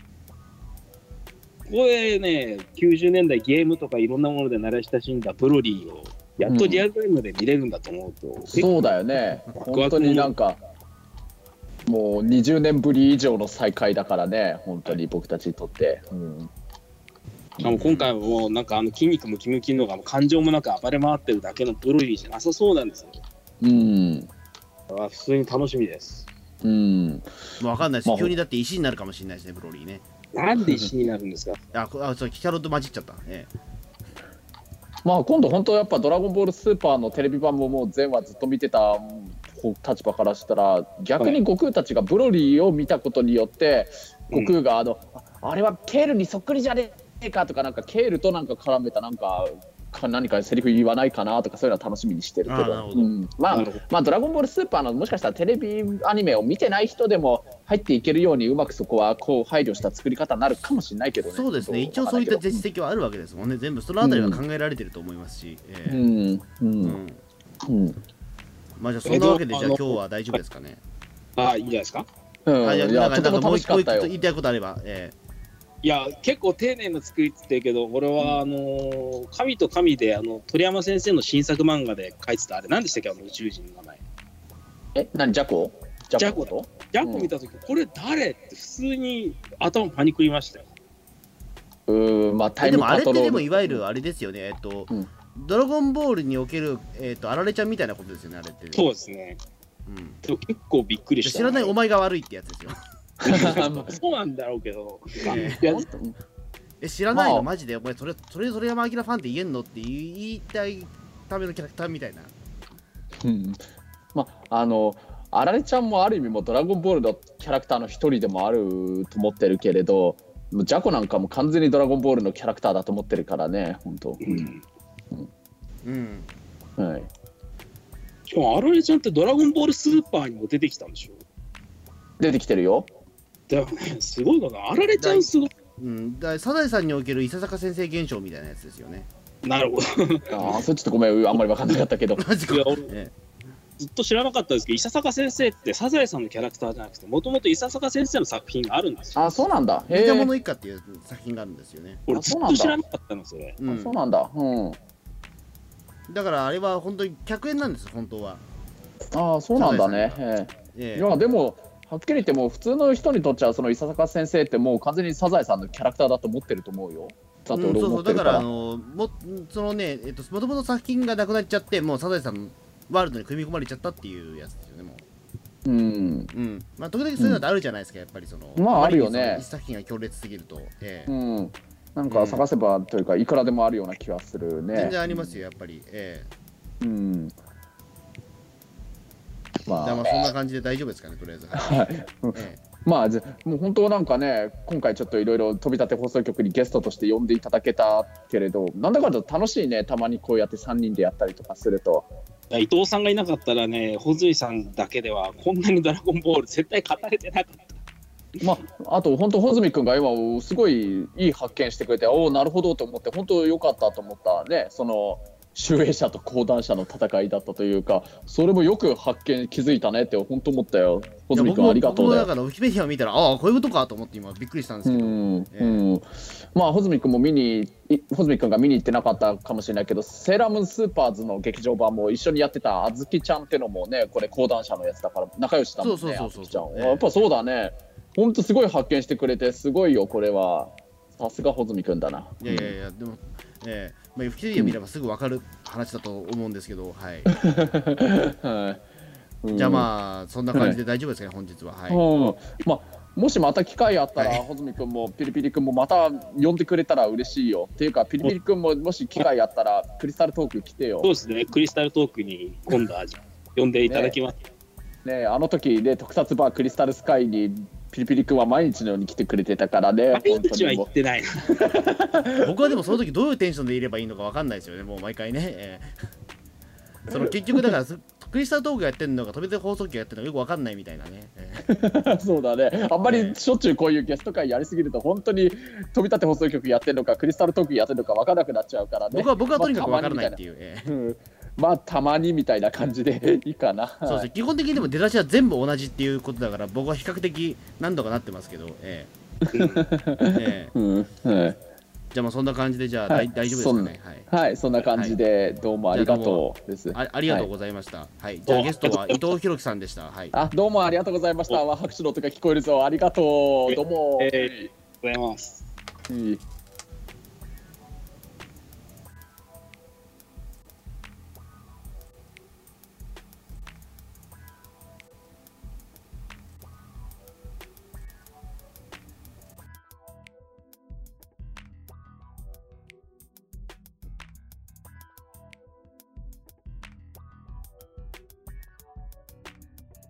れね、90年代ゲームとかいろんなもので慣れ親しんだブロリーをやっとリアルタイムで見れるんだと思うと、 そうだよね。本当になんかもう20年ぶり以上の再会だからね、本当に僕たちにとって。 今回はもうなんか筋肉ムキムキのが感情もなく暴れ回ってるだけのブロリーじゃなさそうなんですよ。普通に楽しみです。 もう分かんないです。急にだって石になるかもしれないですね、ブロリーね。 なんで石になるんですか。 そう、キャロット混じっちゃった。 まあ今度本当やっぱドラゴンボールスーパーのテレビ版ももう全話ずっと見てた立場からしたら、逆に悟空たちがブロリーを見たことによって、悟空があれはケールにそっくりじゃねえかとか、なんかケールとなんか絡めた何かセリフ言わないかなとか、そういうのは楽しみにしてるけど、まあドラゴンボールスーパーのもしかしたらテレビアニメを見てない人でも入っていけるようにうまくそこはこう配慮した作り方になるかもしれないけどね。 そうですね、一応そういった実績はあるわけですもんね。全部そのあたりは考えられてると思いますし。まあじゃあそんなわけで、じゃあ今日は大丈夫ですかね。 いいんじゃないですか。 なんかもう一個言いたいことあれば。 いや、結構丁寧な作りって言ってるけど、俺は神と神で鳥山先生の新作漫画で書いてた、あれ何でしたっけ、宇宙人の名前。 何、ジャコ見たとき、これ誰って普通に頭パニクりましたよ。 まあタイムパトロール。 でもあれってでもいわゆるあれですよね。ドラゴンボールにおけるあられちゃんみたいなことですよね、あれって。 そうですね。でも結構びっくりした。 知らないお前が悪いってやつですよ。 そうなんだろうけど、 知らないのマジで、お前それ鳥山明ファンって言えんのって言いたいためのキャラクターみたいな。 まああられちゃんもある意味もドラゴンボールのキャラクターの一人でもあると思ってるけれど、ジャコなんかも完全にドラゴンボールのキャラクターだと思ってるからね、本当。はい。 しかもあられちゃんってドラゴンボールスーパーにも出てきたんでしょ。 出てきてるよ。 だよね、すごいかな、あられちゃんすごい。 サザエさんにおける伊佐坂先生現象みたいなやつですよね。 なるほど。 それちょっとごめん、あんまり分かんなかったけど。 マジか。 ずっと知らなかったですけど、伊佐坂先生ってサザエさんのキャラクターじゃなくて、もともと伊佐坂先生の作品があるんですよ。 そうなんだ。 似たもの一家っていう作品があるんですよね。 俺ずっと知らなかったの、それ。 そうなんだ。 だからあれは本当に100円なんです、本当は。 そうなんだね。いやでもはっきり言っても普通の人にとっちゃその伊佐坂先生ってもう完全にサザエさんのキャラクターだと思ってると思うよ。 そうだからそのねもともと作品がなくなっちゃって、もうサザエさんワールドに組み込まれちゃったっていうやつですよね、もう。まあ時々そういうのってあるじゃないですか、やっぱりその。 まああるよね。 一作品が強烈すぎると。 なんか探せばというかいくらでもあるような気がするね。 全然ありますよ、やっぱり。 まあ、 そんな感じで大丈夫ですかね、とりあえず。はい。 まあ、もう本当なんかね、今回ちょっといろいろ飛び立て放送局にゲストとして呼んでいただけたけれど、なんだかんだ楽しいね、たまにこうやって3人でやったりとかすると。 伊藤さんがいなかったらね、穂積さんだけではこんなにドラゴンボール絶対語れてなかった。 まあ、あと本当穂積君が今すごいいい発見してくれて、おおなるほどと思って、本当良かったと思ったね、その集英社と講談社の戦いだったというか、それもよく気づいたねって本当思ったよ。穂積君ありがとうね。 僕もだからウィキペディアを見たら、ああこういうことかと思って今びっくりしたんですけど。 まあ穂積君も穂積君が見に行ってなかったかもしれないけど、セーラームーンスーパーズの劇場版も一緒にやってたあずきちゃんってのもね、これ講談社のやつだから仲良しだもんね。そうやっぱそうだね。本当すごい発見してくれてすごいよ、これは。さすが穂積君だな。 いやでもウィキペディア見ればすぐ分かる話だと思うんですけど、はい。はい、じゃあまあそんな感じで大丈夫ですかね、本日は。はい。 まあもしまた機会あったら、穂積君もピリピリ君もまた呼んでくれたら嬉しいよ。っていうかピリピリ君ももし機会あったらクリスタルトーク来てよ。 そうですね、クリスタルトークに今度は呼んでいただきます。 ね、あの時ね、特撮バークリスタルスカイにピリピリ君は毎日のように来てくれてたからね。 毎日は行ってない僕はでもその時どういうテンションでいればいいのか分かんないですよね、もう毎回ね。その結局だからクリスタルトークやってるのか飛び出放送局やってるのかよく分かんないみたいなね。 そうだね、あんまりしょっちゅうこういうゲスト会やりすぎると本当に飛び立て放送局やってるのかクリスタルトークやってるのか分からなくなっちゃうからね。 僕はとにかく分からないっていう。 まあたまにみたいな感じでいいかな。 そうですね、基本的にでも出だしは全部同じっていうことだから僕は比較的何度かなってますけど。じゃあまあそんな感じでじゃあ大丈夫ですかね。 はい、そんな感じでどうもありがとうです。 ありがとうございました。はい、じゃあゲストは伊藤弘樹さんでした。はい。 どうもありがとうございました。拍手の音が聞こえるぞ。ありがとう。どうも。 ありがとうございます。